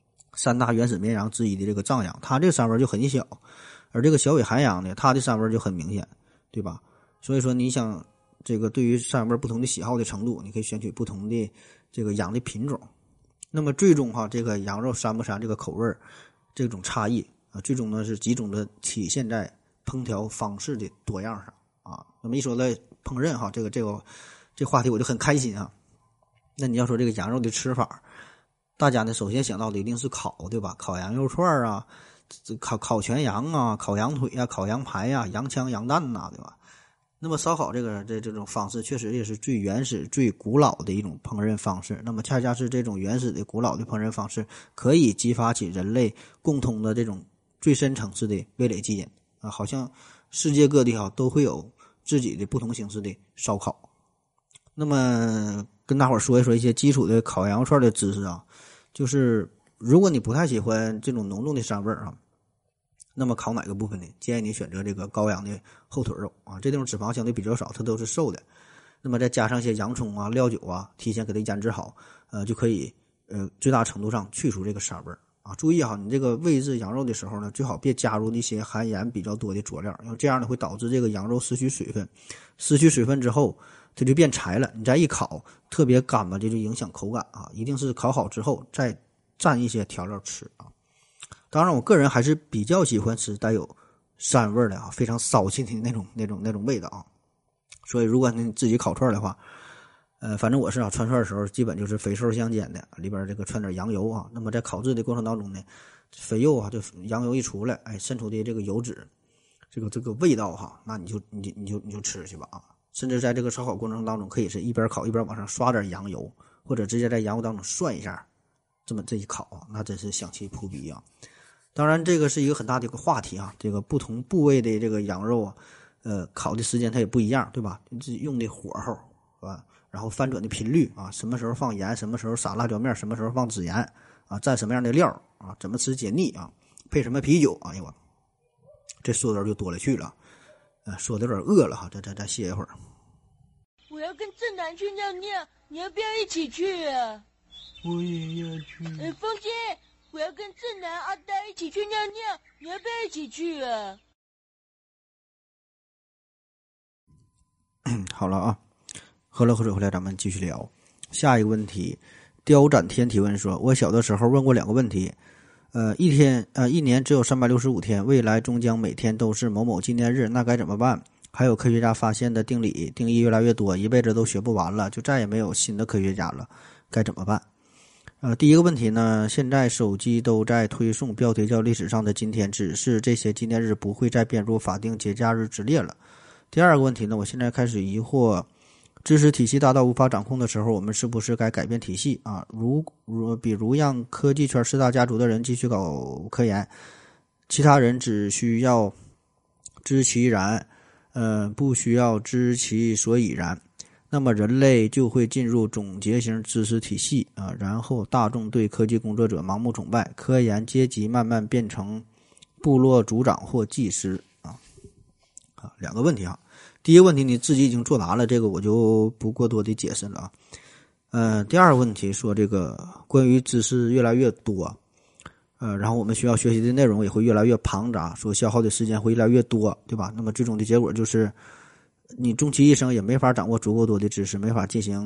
3大原始绵羊之一的这个藏羊，它这个膻味就很小，而这个小尾寒羊呢，它的膻味就很明显，对吧？所以说你想这个对于膻味不同的喜好的程度，你可以选取不同的这个羊的品种。那么最终这个羊肉膻不膻这个口味这种差异啊，最终呢是集中的体现在烹调方式的多样上啊。那么一说到烹饪这话题我就很开心啊。那你要说这个羊肉的吃法，大家呢首先想到的一定是烤，对吧？烤羊肉串啊，烤全羊啊，烤羊腿啊，烤羊排啊，羊腔羊蛋呐，对吧？那么烧烤这种方式确实也是最原始最古老的一种烹饪方式。那么恰恰是这种原始的古老的烹饪方式，可以激发起人类共通的这种最深层次的味蕾基因啊，好像世界各地都会有自己的不同形式的烧烤。那么跟大伙儿说一说一些基础的烤羊肉串的知识啊，就是如果你不太喜欢这种浓重的膻味啊，那么烤哪个部分呢？建议你选择这个羔羊的后腿肉啊，这种脂肪相对比较少，它都是瘦的。那么再加上一些洋葱啊、料酒啊，提前给它腌制好，就可以最大程度上去除这个膻味啊。注意啊，你这个煨制羊肉的时候呢，最好别加入一些含盐比较多的佐料，因为这样呢会导致这个羊肉失去水分，失去水分之后它就变柴了，你再一烤特别干巴，这就影响口感啊。一定是烤好之后再蘸一些调料吃啊。当然我个人还是比较喜欢吃带有膻味的啊，非常骚气的那种味道啊。所以如果你自己烤串的话，反正我是串串的时候基本就是肥瘦相间的，里边这个串点羊油啊。那么在烤制的过程当中呢，肥肉就羊油一出来，渗出的这个油脂，这个味道那你就吃去吧啊。甚至在这个烧烤过程当中，可以是一边烤一边往上刷点羊油，或者直接在羊油当中涮一下，这一烤啊，那真是香气扑鼻啊。当然这个是一个很大的一个话题啊，这个不同部位的这个羊肉啊，烤的时间它也不一样，对吧？用的火候啊，然后翻转的频率啊，什么时候放盐，什么时候撒辣椒面，什么时候放孜然啊，蘸什么样的料啊，怎么吃解腻啊，配什么啤酒，哎呦我这说的就多了去了，说的有点饿了哈，再歇一会儿。 我要跟正南去尿尿，你要不要一起去啊？ 我也要去。 风姐，我要跟正南、阿呆一起去尿尿，你要不要一起去啊？ 好了啊，喝了口水回来，咱们继续聊下一个问题。雕展天提问说，我小的时候问过2个问题，一年只有365天，未来终将每天都是某某纪念日，那该怎么办？还有科学家发现的定义越来越多，一辈子都学不完了，就再也没有新的科学家了，该怎么办？第一个问题呢，现在手机都在推送标题叫历史上的今天，只是这些纪念日不会再编入法定节假日之列了。第二个问题呢，我现在开始疑惑，知识体系大到无法掌控的时候，我们是不是该改变体系啊？比如让科技圈4大家族的人继续搞科研，其他人只需要知其然，不需要知其所以然，那么人类就会进入总结型知识体系啊，然后大众对科技工作者盲目崇拜，科研阶级慢慢变成部落族长或技师啊。2个问题啊。第一个问题你自己已经作答了，这个我就不过多的解释了啊。第二个问题说这个关于知识越来越多，然后我们需要学习的内容也会越来越庞杂，说消耗的时间会越来越多，对吧？那么最终的结果就是你终其一生也没法掌握足够多的知识，没法进行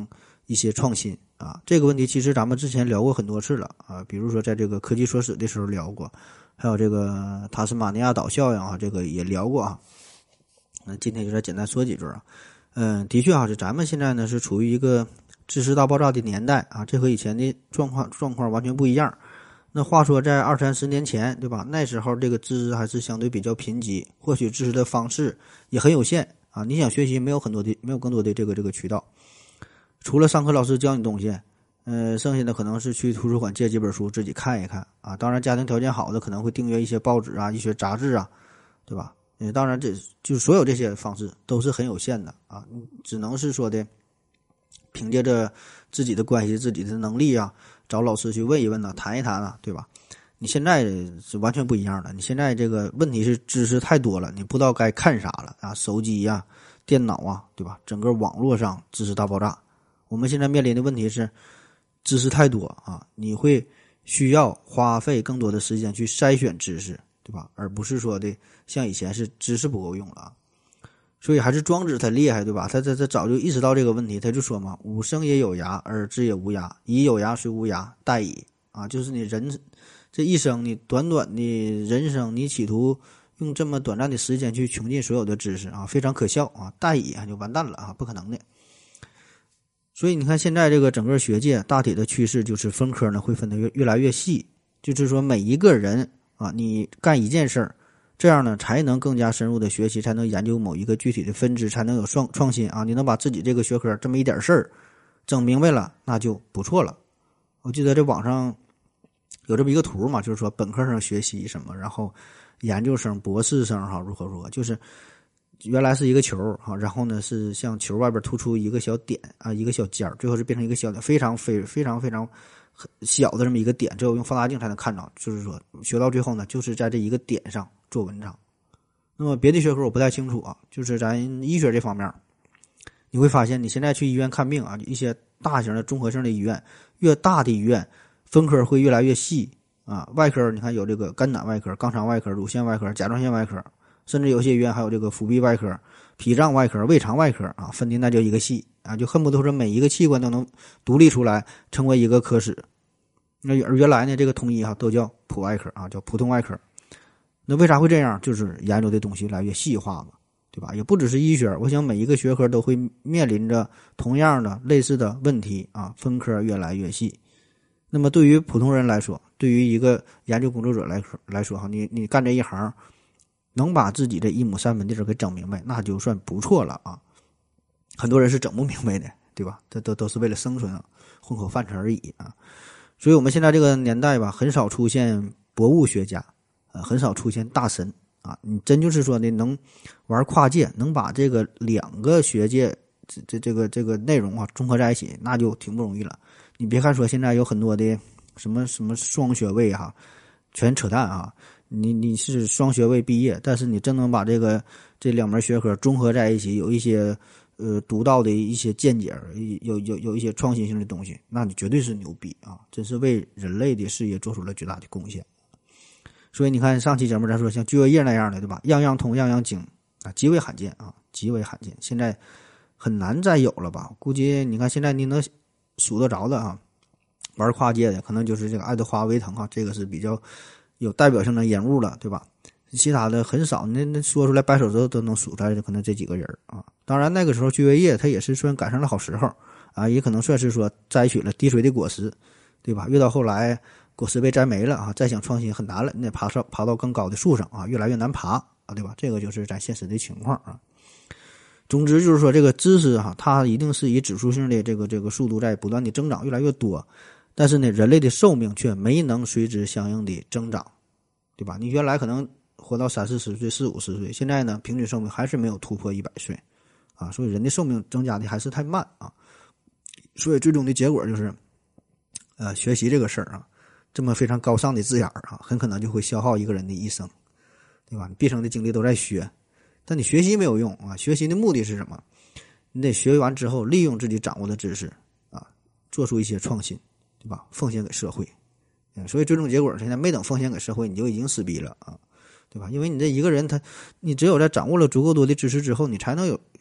一些创新啊。这个问题其实咱们之前聊过很多次了啊，比如说在这个科技说史的时候聊过，还有这个塔斯马尼亚岛效应啊，这个也聊过啊。那今天就再简单说几句啊。的确啊，是咱们现在呢是处于一个知识大爆炸的年代啊，这和以前的状况完全不一样。那话说在20-30年前，对吧？那时候这个知识还是相对比较贫瘠，获取知识的方式也很有限啊。你想学习没有更多的这个渠道，除了上课老师教你东西，剩下的可能是去图书馆借几本书自己看一看啊。当然家庭条件好的可能会订阅一些报纸啊、一些杂志啊，对吧？当然这就是所有这些方式都是很有限的啊，只能是说的凭借着自己的关系、自己的能力啊，找老师去问一问啊，谈一谈啊，对吧？你现在是完全不一样了，你现在这个问题是知识太多了，你不知道该看啥了啊，手机啊、电脑啊，对吧？整个网络上知识大爆炸。我们现在面临的问题是知识太多啊，你会需要花费更多的时间去筛选知识，对吧？而不是说的像以前是知识不够用了啊。所以还是庄子他厉害，对吧？他早就意识到这个问题，他就说嘛：“吾生也有涯，而知也无涯。以有涯虽无涯，殆矣。”啊，就是你人这一生，你短短的人生，你企图用这么短暂的时间去穷尽所有的知识啊，非常可笑啊！殆矣就完蛋了啊，不可能的。所以你看，现在这个整个学界大体的趋势就是分科呢会分得越来越细，就是说每一个人啊，你干一件事儿。这样呢，才能更加深入的学习，才能研究某一个具体的分支，才能有创新啊！你能把自己这个学科这么一点事儿整明白了，那就不错了。我记得这网上有这么一个图嘛，就是说本科生学习什么，然后研究生、博士生如何，就是原来是一个球然后呢是像球外边突出一个小点啊，一个小尖儿，最后是变成一个小点，非常小的这么一个点，只有用放大镜才能看到。就是说学到最后呢，就是在这一个点上做文章。那么别的学科我不太清楚啊，就是咱医学这方面，你会发现你现在去医院看病啊，一些大型的综合性的医院，越大的医院分科会越来越细啊。外科你看有这个肝胆外科、肛肠外科、乳腺外科、甲状腺外科，甚至有些医院还有这个腹壁外科、脾脏外科、胃肠外科啊，分的那叫一个系啊，就恨不得说每一个器官都能独立出来成为一个科室。那原来呢，这个统一都叫普外科啊，叫普通外科。那为啥会这样？就是研究的东西越来越细化嘛，对吧？也不只是医学，我想每一个学科都会面临着同样的类似的问题啊，分科越来越细。那么对于普通人来说，对于一个研究工作者来说你干这一行，能把自己的一亩三分地给整明白，那就算不错了啊。很多人是整不明白的，对吧？这都是为了生存啊，混口饭吃而已啊。所以我们现在这个年代吧，很少出现博物学家。很少出现大神啊！你真就是说呢，能玩跨界，能把这个两个学界这个内容综合在一起，那就挺不容易了。你别看说现在有很多的什么双学位全扯淡啊！你是双学位毕业，但是你真能把这两门学科综合在一起，有一些独到的一些见解，有一些创新性的东西，那你绝对是牛逼啊！真是为人类的事业做出了巨大的贡献。所以你看上期节目咱说像聚胃液那样的，对吧？样样通样样精啊，极为罕见啊，极为罕见，现在很难再有了吧？估计你看现在你能数得着的玩跨界的可能就是这个爱德华维腾这个是比较有代表性的人物了，对吧？其他的很少，那说出来掰手指头都能数出来的可能这几个人啊。当然那个时候聚胃液它也是算赶上了好时候啊，也可能算是说摘取了滴水的果实，对吧？越到后来果实被摘没了再想创新很难了，你得爬到更高的树上越来越难爬对吧？这个就是咱现实的情况总之就是说，这个知识它一定是以指数性的这个速度在不断的增长，越来越多。但是呢，人类的寿命却没能随之相应的增长，对吧？你原来可能活到30-40岁、40-50岁，现在呢，平均寿命还是没有突破100岁所以人的寿命增加的还是太慢所以最终的结果就是学习这个事儿这么非常高尚的字眼很可能就会消耗一个人的一生，对吧？你毕生的精力都在学，但你学习没有用学习的目的是什么？你得学完之后利用自己掌握的知识做出一些创新，对吧？奉献给社会所以最终结果现在没等奉献给社会你就已经死逼了对吧？因为你这一个人你只有在掌握了足够多的知识之后，你才能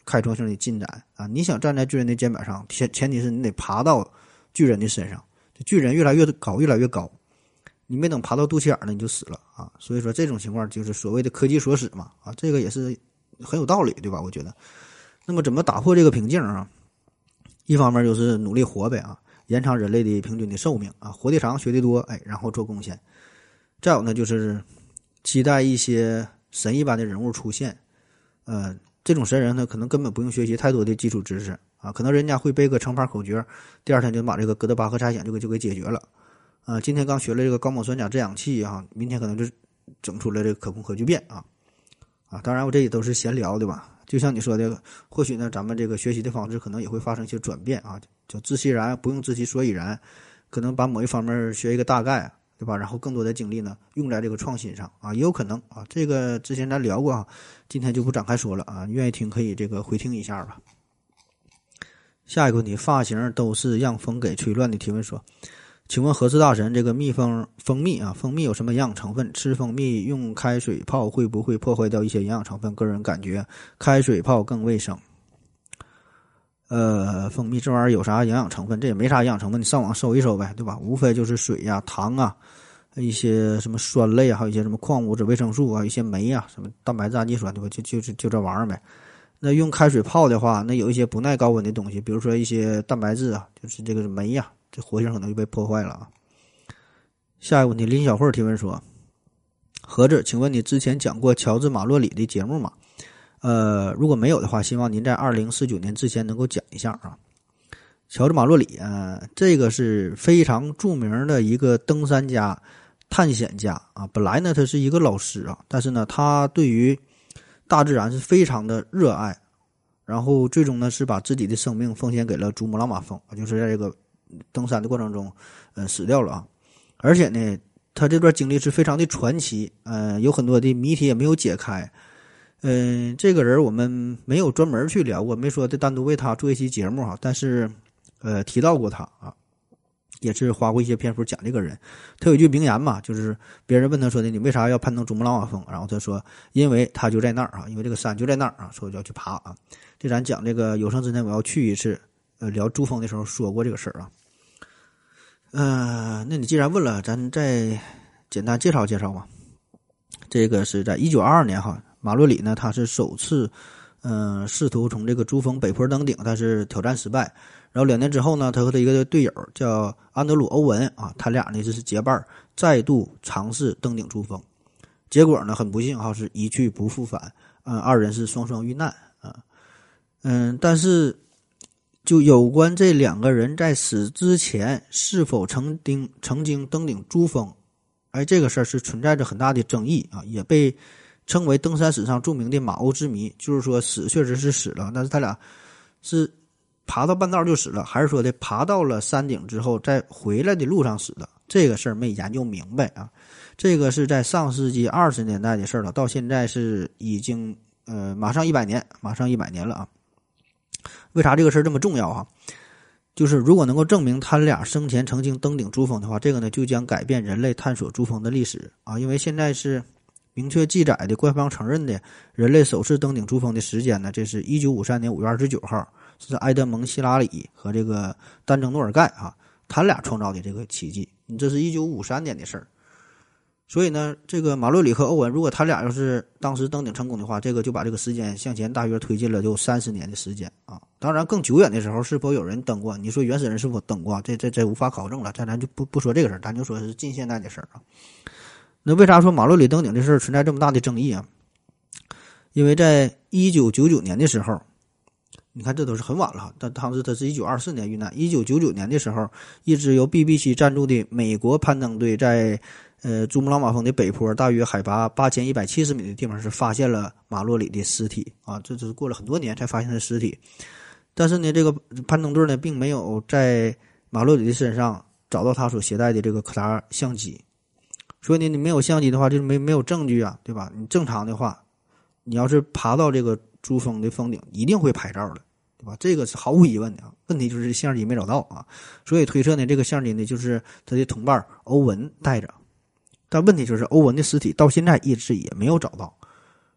开创性的进展啊！你想站在巨人的肩膀上，前提是你得爬到巨人的身上，巨人越来越高，越来越高，你没等爬到肚脐眼呢，你就死了啊！所以说这种情况就是所谓的科技所使嘛啊，这个也是很有道理，对吧？我觉得。那么怎么打破这个瓶颈啊？一方面就是努力活呗啊，延长人类的平均的寿命啊，活得长，学得多，哎，然后做贡献。再有呢，就是期待一些神一般的人物出现，这种神人呢，可能根本不用学习太多的基础知识啊，可能人家会背个乘法口诀，第二天就把这个哥德巴赫猜想就给解决了。今天刚学了这个高锰酸钾制氧气啊，明天可能就整出了这个可控核聚变啊。当然我这也都是闲聊对吧？就像你说的，或许呢咱们这个学习的方式可能也会发生一些转变啊，就知其然不用知其所以然，可能把某一方面学一个大概，对吧？然后更多的精力呢用在这个创新上啊，也有可能啊。这个之前咱聊过啊，今天就不展开说了啊，愿意听可以这个回听一下吧。下一个问题，发型都是让风给吹乱的提问说，请问何氏大神，这个蜂蜜有什么营养成分？吃蜂蜜用开水泡会不会破坏掉一些营养成分？个人感觉开水泡更卫生。蜂蜜这玩意儿有啥营养成分？这也没啥营养成分，你上网搜一搜呗，对吧？无非就是水呀、糖啊，一些什么酸类啊，还有一些什么矿物质、维生素啊，一些酶啊，什么蛋白质、氨基酸，对吧？就这玩意儿呗。那用开水泡的话，那有一些不耐高温的东西，比如说一些蛋白质啊，就是这个酶呀，这活性可能就被破坏了啊。下一个问题，林小慧提问说：何子，请问你之前讲过乔治马洛里的节目吗？如果没有的话，希望您在2049年之前能够讲一下啊。乔治马洛里这个是非常著名的一个登山家、探险家啊。本来呢他是一个老师啊，但是呢他对于大自然是非常的热爱，然后最终呢是把自己的生命奉献给了珠穆朗玛峰，就是在这个登山的过程中死掉了啊。而且呢他这段经历是非常的传奇，有很多的谜题也没有解开。这个人我们没有专门去聊过，没说的单独为他做一期节目哈，但是提到过他啊，也是花过一些篇幅讲这个人。他有一句名言嘛，就是别人问他说的，你为啥要攀登珠穆朗玛峰？然后他说，因为他就在那儿啊，因为这个山就在那儿啊，所以我就要去爬啊。这咱讲这个有生之年我要去一次，聊珠峰的时候说过这个事儿啊。那你既然问了，咱再简单介绍介绍吧。这个是在1922年哈，马洛里呢他是首次试图从这个珠峰北坡登顶，但是挑战失败。然后2年之后呢，他和他一个队友叫安德鲁·欧文啊，他俩呢就是结伴再度尝试登顶珠峰，结果呢很不幸哈，是一去不复返，二人是双双遇难啊。但是就有关这两个人在死之前是否曾经登顶珠峰，这个事儿是存在着很大的争议啊，也被称为登山史上著名的马鸥之谜。就是说死确实是死了，但是他俩是爬到半道就死了，还是说的爬到了山顶之后在回来的路上死的，这个事儿没研究明白啊。这个是在上世纪20年代的事儿了，到现在是已经马上100年了啊。为啥这个事儿这么重要啊？就是如果能够证明他俩生前曾经登顶珠峰的话，这个呢就将改变人类探索珠峰的历史啊。因为现在是明确记载的官方承认的人类首次登顶珠峰的时间呢，这是1953年5月29号，是埃德蒙·希拉里和这个丹增·诺尔盖啊，他俩创造的这个奇迹。这是1953年的事儿。所以呢，这个马洛里和欧文，如果他俩要是当时登顶成功的话，这个就把这个时间向前大约推进了就30年的时间啊。当然，更久远的时候是否有人登过？你说原始人是否登过？这无法考证了。咱就不说这个事儿，咱就说是近现代的事儿啊。那为啥说马洛里登顶这事儿存在这么大的争议啊？因为在1999年的时候，你看这都是很晚了，但当时他是1924年遇难。1999年的时候，一支由 BBC 赞助的美国攀登队在珠穆朗玛峰的北坡大约海拔8170米的地方是发现了马洛里的尸体啊，这是过了很多年才发现的尸体。但是呢，这个攀登队呢并没有在马洛里的身上找到他所携带的这个可达相机，所以呢，你没有相机的话，就是没有证据啊，对吧？你正常的话，你要是爬到这个珠峰的峰顶，一定会拍照的，对吧？这个是毫无疑问的啊。问题就是相机没找到啊，所以推测呢，这个相机呢就是他的同伴欧文带着。但问题就是欧文的尸体到现在一直也没有找到，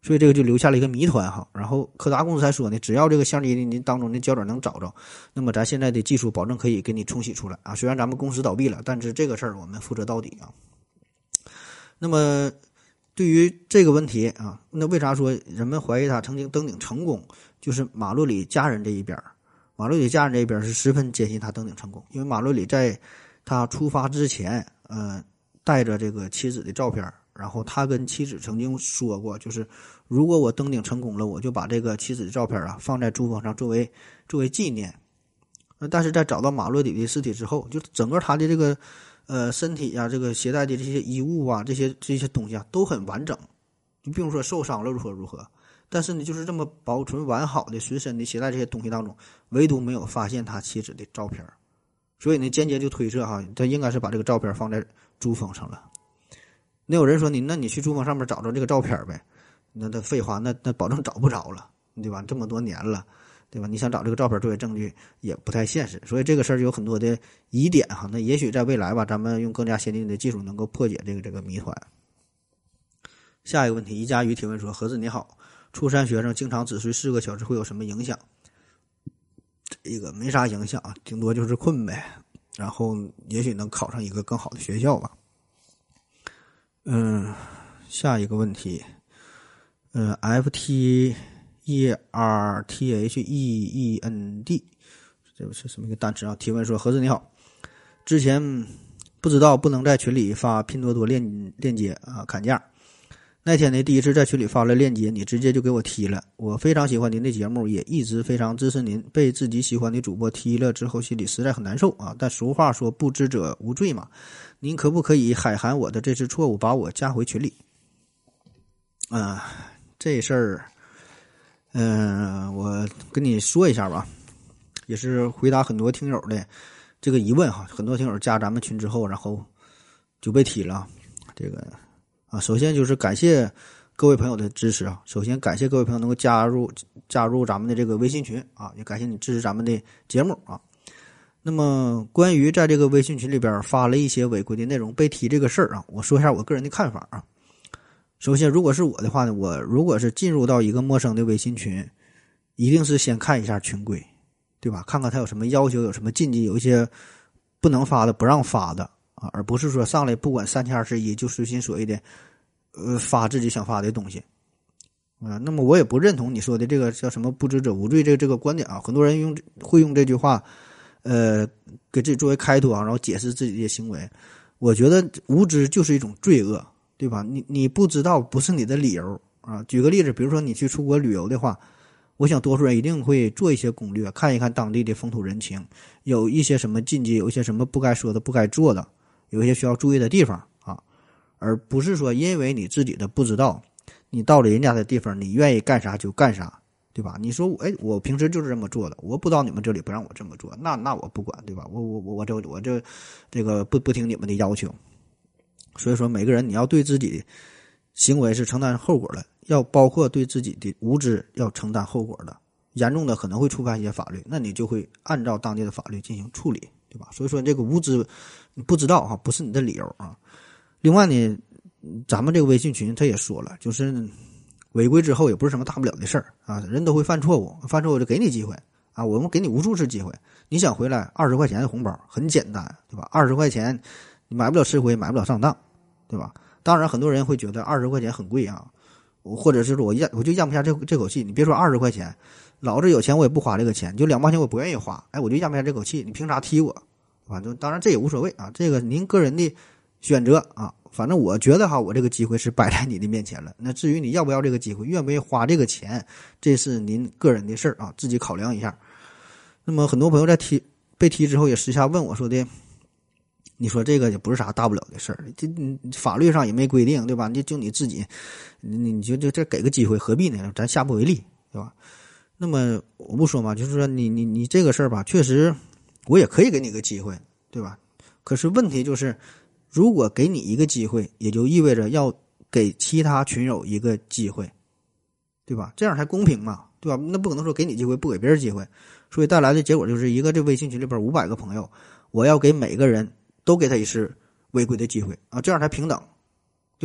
所以这个就留下了一个谜团哈。然后柯达公司还说呢，只要这个相机的当中的胶卷能找着，那么咱现在的技术保证可以给你冲洗出来啊。虽然咱们公司倒闭了，但是这个事儿我们负责到底啊。那么对于这个问题啊，那为啥说人们怀疑他曾经登顶成功？就是马洛里家人这一边，马洛里家人这一边是十分坚信他登顶成功，因为马洛里在他出发之前，带着这个妻子的照片，然后他跟妻子曾经说过，就是如果我登顶成功了，我就把这个妻子的照片啊放在珠峰上作为纪念。但是在找到马洛里的尸体之后，就整个他的这个身体啊，这个携带的这些衣物啊，这些东西啊都很完整，就并不说受伤了如何。但是呢，就是这么保存完好的随身的携带这些东西当中，唯独没有发现他妻子的照片，所以呢，间接就推测哈，他应该是把这个照片放在珠峰上了。那有人说那你去珠峰上面找着这个照片呗？那废话，那保证找不着了，对吧？这么多年了，对吧？你想找这个照片作为证据也不太现实，所以这个事儿有很多的疑点哈。那也许在未来吧，咱们用更加先进的技术能够破解这个谜团。下一个问题，一家鱼提问说：何子你好，初三学生经常只睡4个小时会有什么影响？这个没啥影响啊，顶多就是困呗，然后也许能考上一个更好的学校吧。下一个问题，FTERTHEEND， 这是什么一个单词啊？提问说：何子你好，之前不知道不能在群里发拼多多链接啊，砍价。那天呢，第一次在群里发了链接，你直接就给我踢了。我非常喜欢您的节目，也一直非常支持您。被自己喜欢的主播踢了之后，心里实在很难受啊。但俗话说不知者无罪嘛，您可不可以海涵我的这次错误，把我加回群里？这事儿，我跟你说一下吧，也是回答很多听友的这个疑问哈。很多听友加咱们群之后，然后就被踢了，这个。首先就是感谢各位朋友的支持啊！首先感谢各位朋友能够加入咱们的这个微信群啊，也感谢你支持咱们的节目啊。那么关于在这个微信群里边发了一些违规的内容被踢这个事儿啊，我说一下我个人的看法啊。首先，如果是我的话呢，我如果是进入到一个陌生的微信群，一定是先看一下群规，对吧？看看他有什么要求，有什么禁忌，有一些不能发的、不让发的。而不是说上来不管3021就随心所欲的发自己想发的东西那么我也不认同你说的这个叫什么不知者无罪这个观点啊。很多人会用这句话给自己作为开脱啊，然后解释自己的行为。我觉得无知就是一种罪恶，对吧？你不知道不是你的理由啊。举个例子，比如说你去出国旅游的话，我想多数人一定会做一些攻略，看一看当地的风土人情，有一些什么禁忌，有一些什么不该说的不该做的，有一些需要注意的地方啊，而不是说因为你自己的不知道，你到了人家的地方，你愿意干啥就干啥，对吧？你说我平时就是这么做的，我不到你们这里不让我这么做，那我不管，对吧？我这个不听你们的要求。所以说每个人你要对自己的行为是承担后果的，要包括对自己的无知要承担后果的，严重的可能会触犯一些法律，那你就会按照当地的法律进行处理，对吧？所以说这个无知你不知道啊，不是你的理由啊。另外呢，咱们这个微信群他也说了，就是违规之后也不是什么大不了的事儿啊，人都会犯错误，犯错误就给你机会啊，我们给你无数次机会，你想回来20块钱的红包很简单，对吧？20块钱你买不了吃亏，买不了上当，对吧？当然很多人会觉得20块钱很贵啊，或者是我就咽不下这口气。你别说20块钱，老子有钱我也不花这个钱，就2毛钱我不愿意花，我就咽不下这口气，你凭啥踢我？反正当然这也无所谓啊，这个您个人的选择啊。反正我觉得哈，我这个机会是摆在你的面前了。那至于你要不要这个机会，愿不愿意花这个钱，这是您个人的事儿啊，自己考量一下。那么很多朋友在被踢之后也私下问我说的，你说这个也不是啥大不了的事儿，这法律上也没规定，对吧？就你自己，你就这给个机会，何必呢？咱下不为例，对吧？那么我不说嘛，就是说你这个事儿吧，确实我也可以给你个机会，对吧？可是问题就是，如果给你一个机会，也就意味着要给其他群友一个机会，对吧？这样才公平嘛，对吧？那不可能说给你机会不给别人机会，所以带来的结果就是一个这微信群里边500个朋友，我要给每个人都给他一次违规的机会啊，这样才平等，对吧？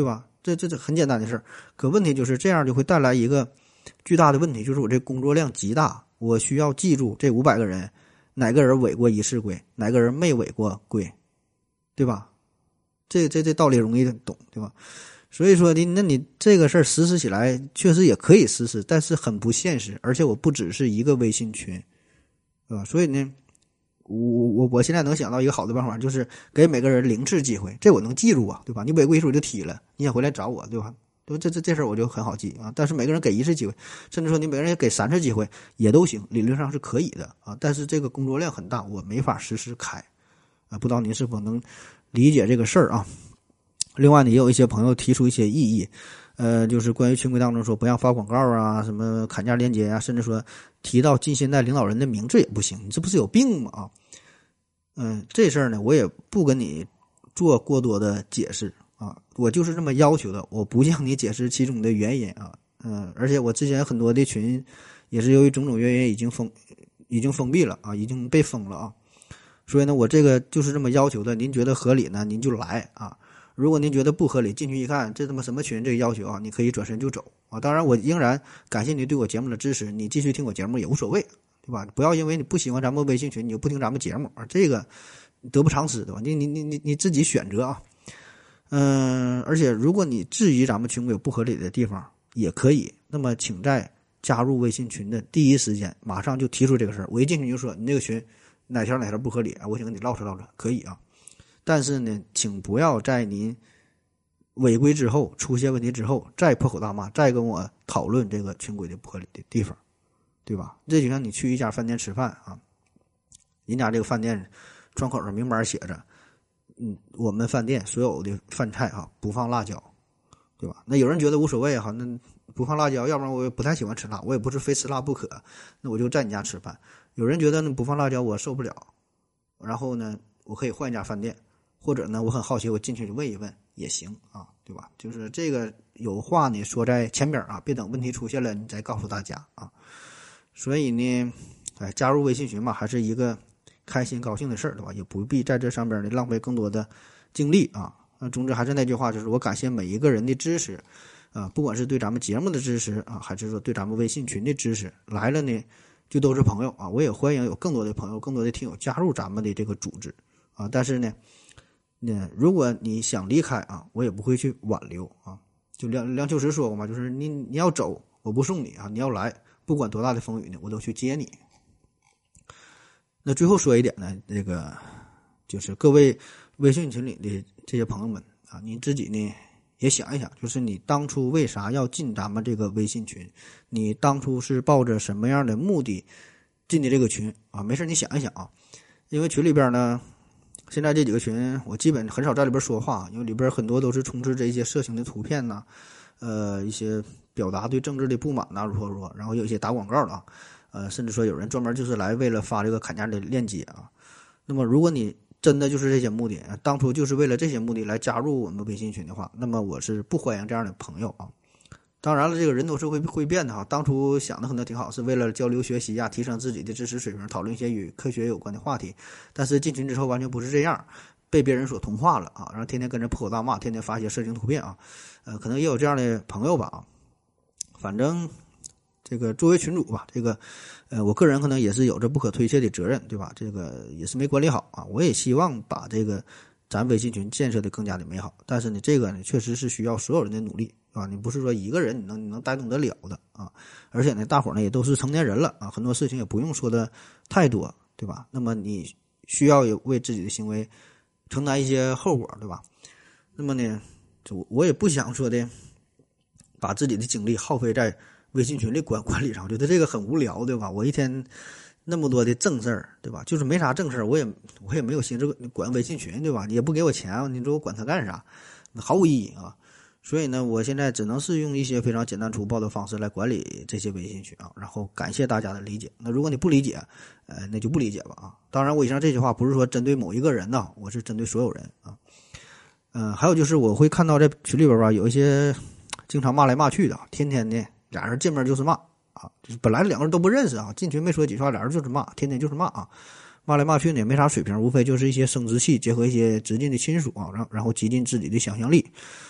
这很简单的事儿。可问题就是这样就会带来一个巨大的问题，就是我这工作量极大，我需要记住这500个人哪个人违过一次规，哪个人没违过规，对吧？这道理容易懂，对吧？所以说那你这个事儿实施起来确实也可以实施，但是很不现实，而且我不只是一个微信群，对吧？所以呢，我现在能想到一个好的办法，就是给每个人0次机会，这我能记住啊，对吧？你违规一次我就踢了，你想回来找我，对吧？这事儿我就很好记啊。但是每个人给1次机会，甚至说你每个人也给3次机会也都行，理论上是可以的啊。但是这个工作量很大，我没法实时开啊。不知道您是否能理解这个事儿啊？另外呢，也有一些朋友提出一些异议，就是关于群规当中说不让发广告啊，什么砍价链接啊，甚至说提到近现代领导人的名字也不行，你这不是有病吗？啊，这事儿呢，我也不跟你做过多的解释啊，我就是这么要求的，我不向你解释其中的原因啊，而且我之前很多的群也是由于种种原因已经封闭了啊，已经被封了啊，所以呢，我这个就是这么要求的，您觉得合理呢，您就来啊。如果您觉得不合理，进去一看，这他妈什么群，这个要求啊，你可以转身就走啊。当然，我仍然感谢你对我节目的支持，你继续听我节目也无所谓，对吧？不要因为你不喜欢咱们微信群，你就不听咱们节目啊，这个得不偿失，对吧？你自己选择啊。而且如果你质疑咱们群规有不合理的地方，也可以，那么请在加入微信群的第一时间，马上就提出这个事儿。我一进去就说你这个群哪条不合理啊，我想跟你唠扯唠扯，可以啊。但是呢，请不要在您违规之后出现问题之后再破口大骂，再跟我讨论这个群规的不合理的地方，对吧？这就像你去一家饭店吃饭啊，人家这个饭店窗口上明码写着，我们饭店所有的饭菜啊不放辣椒，对吧？那有人觉得无所谓哈，那不放辣椒，要不然我也不太喜欢吃辣，我也不是非吃辣不可，那我就在你家吃饭。有人觉得不放辣椒我受不了，然后呢，我可以换一家饭店。或者呢，我很好奇，我进去就问一问也行啊，对吧？就是这个有话呢说在前边啊，别等问题出现了你再告诉大家啊。所以呢，加入微信群嘛，还是一个开心高兴的事儿，对吧？也不必在这上边呢浪费更多的精力啊。总之还是那句话，就是我感谢每一个人的支持啊，不管是对咱们节目的支持啊，还是说对咱们微信群的支持，来了呢就都是朋友啊。我也欢迎有更多的朋友、更多的听友加入咱们的这个组织啊。但是呢，如果你想离开啊，我也不会去挽留啊。就梁秋实说过嘛，就是你要走，我不送你啊，你要来，不管多大的风雨呢，我都去接你。那最后说一点呢，这个就是各位微信群里的这些朋友们啊，你自己呢也想一想，就是你当初为啥要进咱们这个微信群？你当初是抱着什么样的目的进的这个群啊？没事你想一想啊，因为群里边呢。现在这几个群我基本很少在里边说话，因为里边很多都是充斥着一些色情的图片呐，一些表达对政治的不满呐，如何说，然后有一些打广告的啊，甚至说有人专门就是来为了发这个砍价的链接啊。那么如果你真的就是这些目的，当初就是为了这些目的来加入我们微信群的话，那么我是不欢迎这样的朋友啊。当然了，这个人都是会变的哈。当初想的可能挺好，是为了交流学习啊，提升自己的知识水平，讨论一些与科学有关的话题。但是进群之后完全不是这样，被别人所同化了啊，然后天天跟着破口大骂，天天发一些色情图片啊。可能也有这样的朋友吧啊。反正这个作为群主吧，这个我个人可能也是有着不可推卸的责任，对吧？这个也是没管理好啊。我也希望把这个咱微信群建设的更加的美好，但是呢，这个呢确实是需要所有人的努力。啊，你不是说一个人你能带动得了的啊！而且呢，大伙儿呢也都是成年人了啊，很多事情也不用说的太多，对吧？那么你需要为自己的行为承担一些后果，对吧？那么呢，我也不想说的把自己的精力耗费在微信群里管理上，我觉得这个很无聊，对吧？我一天那么多的正事儿，对吧？就是没啥正事儿，我也没有心思管微信群，对吧？你也不给我钱，你说我管它干啥？毫无意义啊！所以呢，我现在只能是用一些非常简单粗暴的方式来管理这些微信群啊，然后感谢大家的理解。那如果你不理解，那就不理解吧啊。当然，我以上这句话不是说针对某一个人呢，我是针对所有人啊。还有就是我会看到在群里边吧，有一些经常骂来骂去的，天天的俩人见面就是骂啊，就是本来两个人都不认识啊，进群没说几句话，俩人就是骂，天天就是骂啊。骂来骂去呢也没啥水平，无非就是一些生殖器结合一些直近的亲属啊，然后极尽自己的想象力。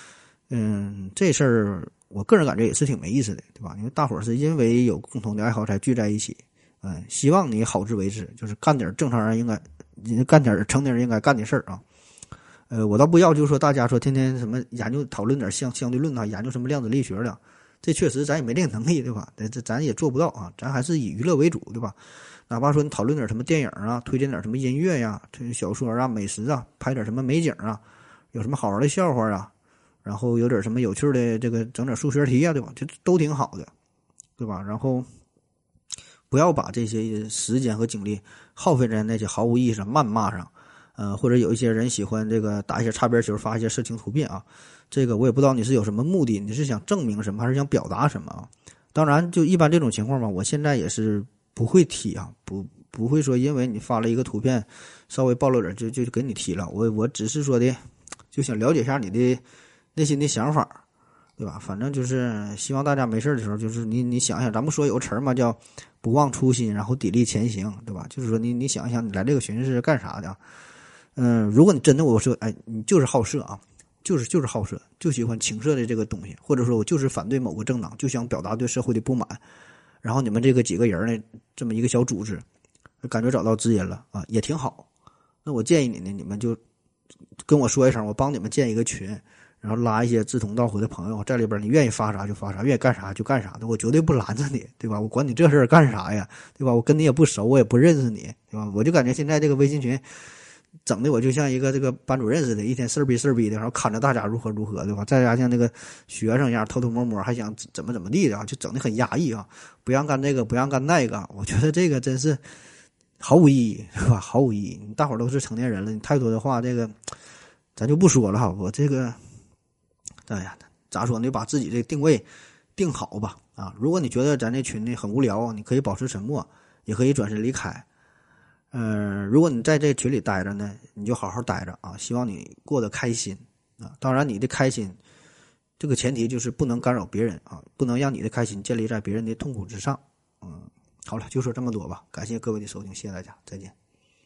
这事儿我个人感觉也是挺没意思的，对吧？因为大伙儿是因为有共同的爱好才聚在一起，希望你好自为之，就是干点正常人应该干点成年人应该干的事儿啊。我倒不要就是说大家说天天什么研究讨论点相对论啊，研究什么量子力学的，这确实咱也没这个能力，对吧？这咱也做不到啊，咱还是以娱乐为主，对吧？哪怕说你讨论点什么电影啊，推荐点什么音乐呀、小说啊、美食啊，拍点什么美景啊，有什么好玩的笑话啊，然后有点什么有趣的这个整点数学题啊，对吧？这都挺好的，对吧？然后不要把这些时间和精力耗费在那些毫无意义上、谩骂上，或者有一些人喜欢这个打一些擦边球、发一些色情图片啊，这个我也不知道你是有什么目的，你是想证明什么，还是想表达什么啊？当然，就一般这种情况吧，我现在也是不会踢啊，不会说因为你发了一个图片，稍微暴露点就给你踢了。我只是说的，就想了解一下你的内心的想法，对吧？反正就是希望大家没事的时候，就是你想想，咱们说有个词嘛，叫不忘初心，然后砥砺前行，对吧？就是说你想一想，你来这个群是干啥的？如果你真的我说，你就是好色啊，就是好色，就喜欢情色的这个东西，或者说我就是反对某个政党，就想表达对社会的不满，然后你们这个几个人呢，这么一个小组织，感觉找到知音了啊，也挺好。那我建议你呢，你们就跟我说一声，我帮你们建一个群，然后拉一些志同道合的朋友，在里边你愿意发啥就发啥，愿意干啥就干啥的，我绝对不拦着你，对吧？我管你这事儿干啥呀，对吧？我跟你也不熟，我也不认识你，对吧？我就感觉现在这个微信群整的我就像一个这个班主任似的，一天事儿逼的，然后看着大家如何，对吧？在家像那个学生一样偷偷摸摸，还想怎么地的啊，就整得很压抑啊，不让干这个，不让干那个，我觉得这个真是毫无意义，是吧？毫无意义。你大伙儿都是成年人了，你太多的话，这个咱就不说了哈。我这个，哎呀，咋说呢？就把自己这个定位定好吧啊！如果你觉得咱这群呢很无聊，你可以保持沉默，也可以转身离开。如果你在这群里待着呢，你就好好待着啊！希望你过得开心啊！当然，你的开心，这个前提就是不能干扰别人啊，不能让你的开心建立在别人的痛苦之上。好了，就说这么多吧。感谢各位的收听，谢谢大家，再见。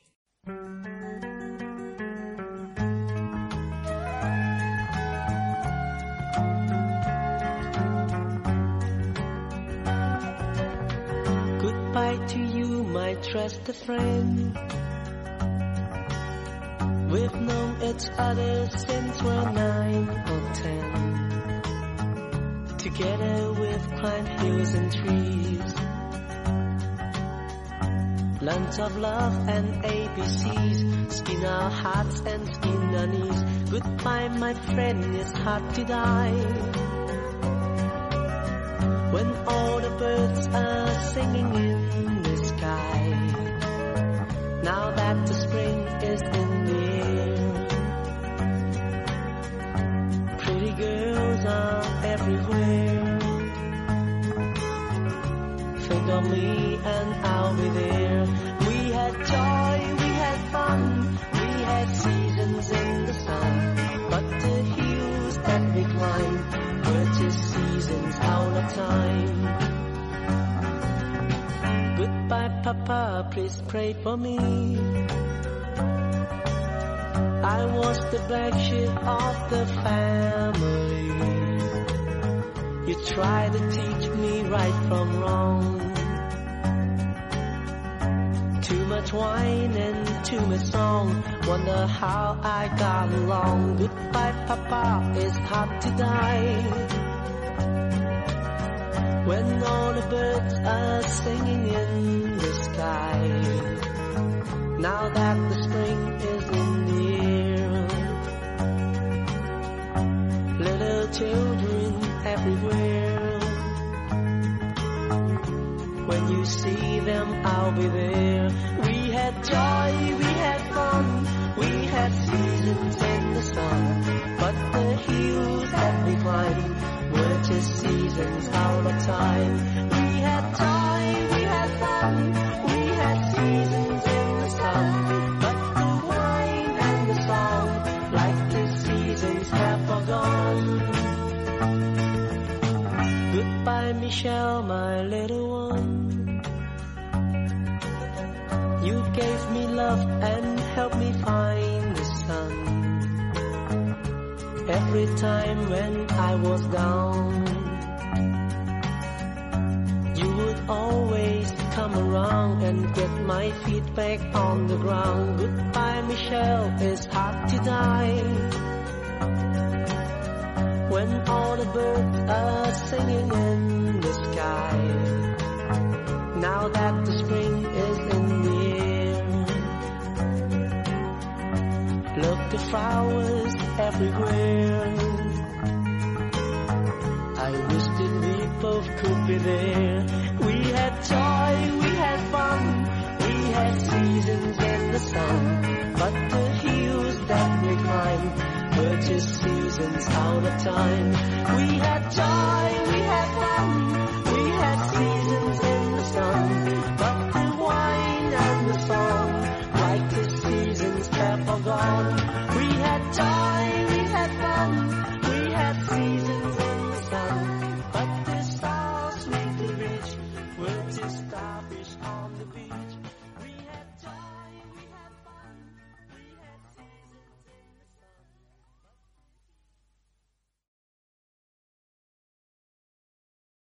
Goodbye to you, my trusted friend. We've known each other since we're 9 or 10. Together we've climbed hills and trees. Lunch of love and ABCs. Skin our hearts and skin our knees. Goodbye, my friend, it's hard to die. When all the birds are singing in the sky. Now that the spring is in the air. Pretty girls are everywhere. Think of me and I'll be there. We had joy, we had fun, we had seasons in the sun. But the hills that we climbed were just seasons out of time. Goodbye, Papa, please pray for me. I was the black sheep of the family. You tried to teach me right from wrong. Too much wine and too much song. Wonder how I got along. Goodbye, Papa, it's hard to die. When all the birds are singing in the sky. Now that the spring is in the air. Little children everywhere. When you see them, I'll be there. We had joy, we had fun, we had seasons in the sun. But the hills that we climbed were just seasons out of time. We had joy, we had fun, we had seasons in the sun. But the wine and the song, like the seasons have forgone. Goodbye, Michelle, my little one. You gave me love and helped me find the sun. every time when I was down. You would always come around and get my feet back on the ground. Goodbye, Michelle, it's hard to die when all the birds are singing in the sky. Now that the spring is in the air, look, the flowers everywhere. I wish that we both could be there. We had joy, we had fun, we had seasons in the sun, but the hills that we climbed were just seasons out of time. We had joy, we had fun,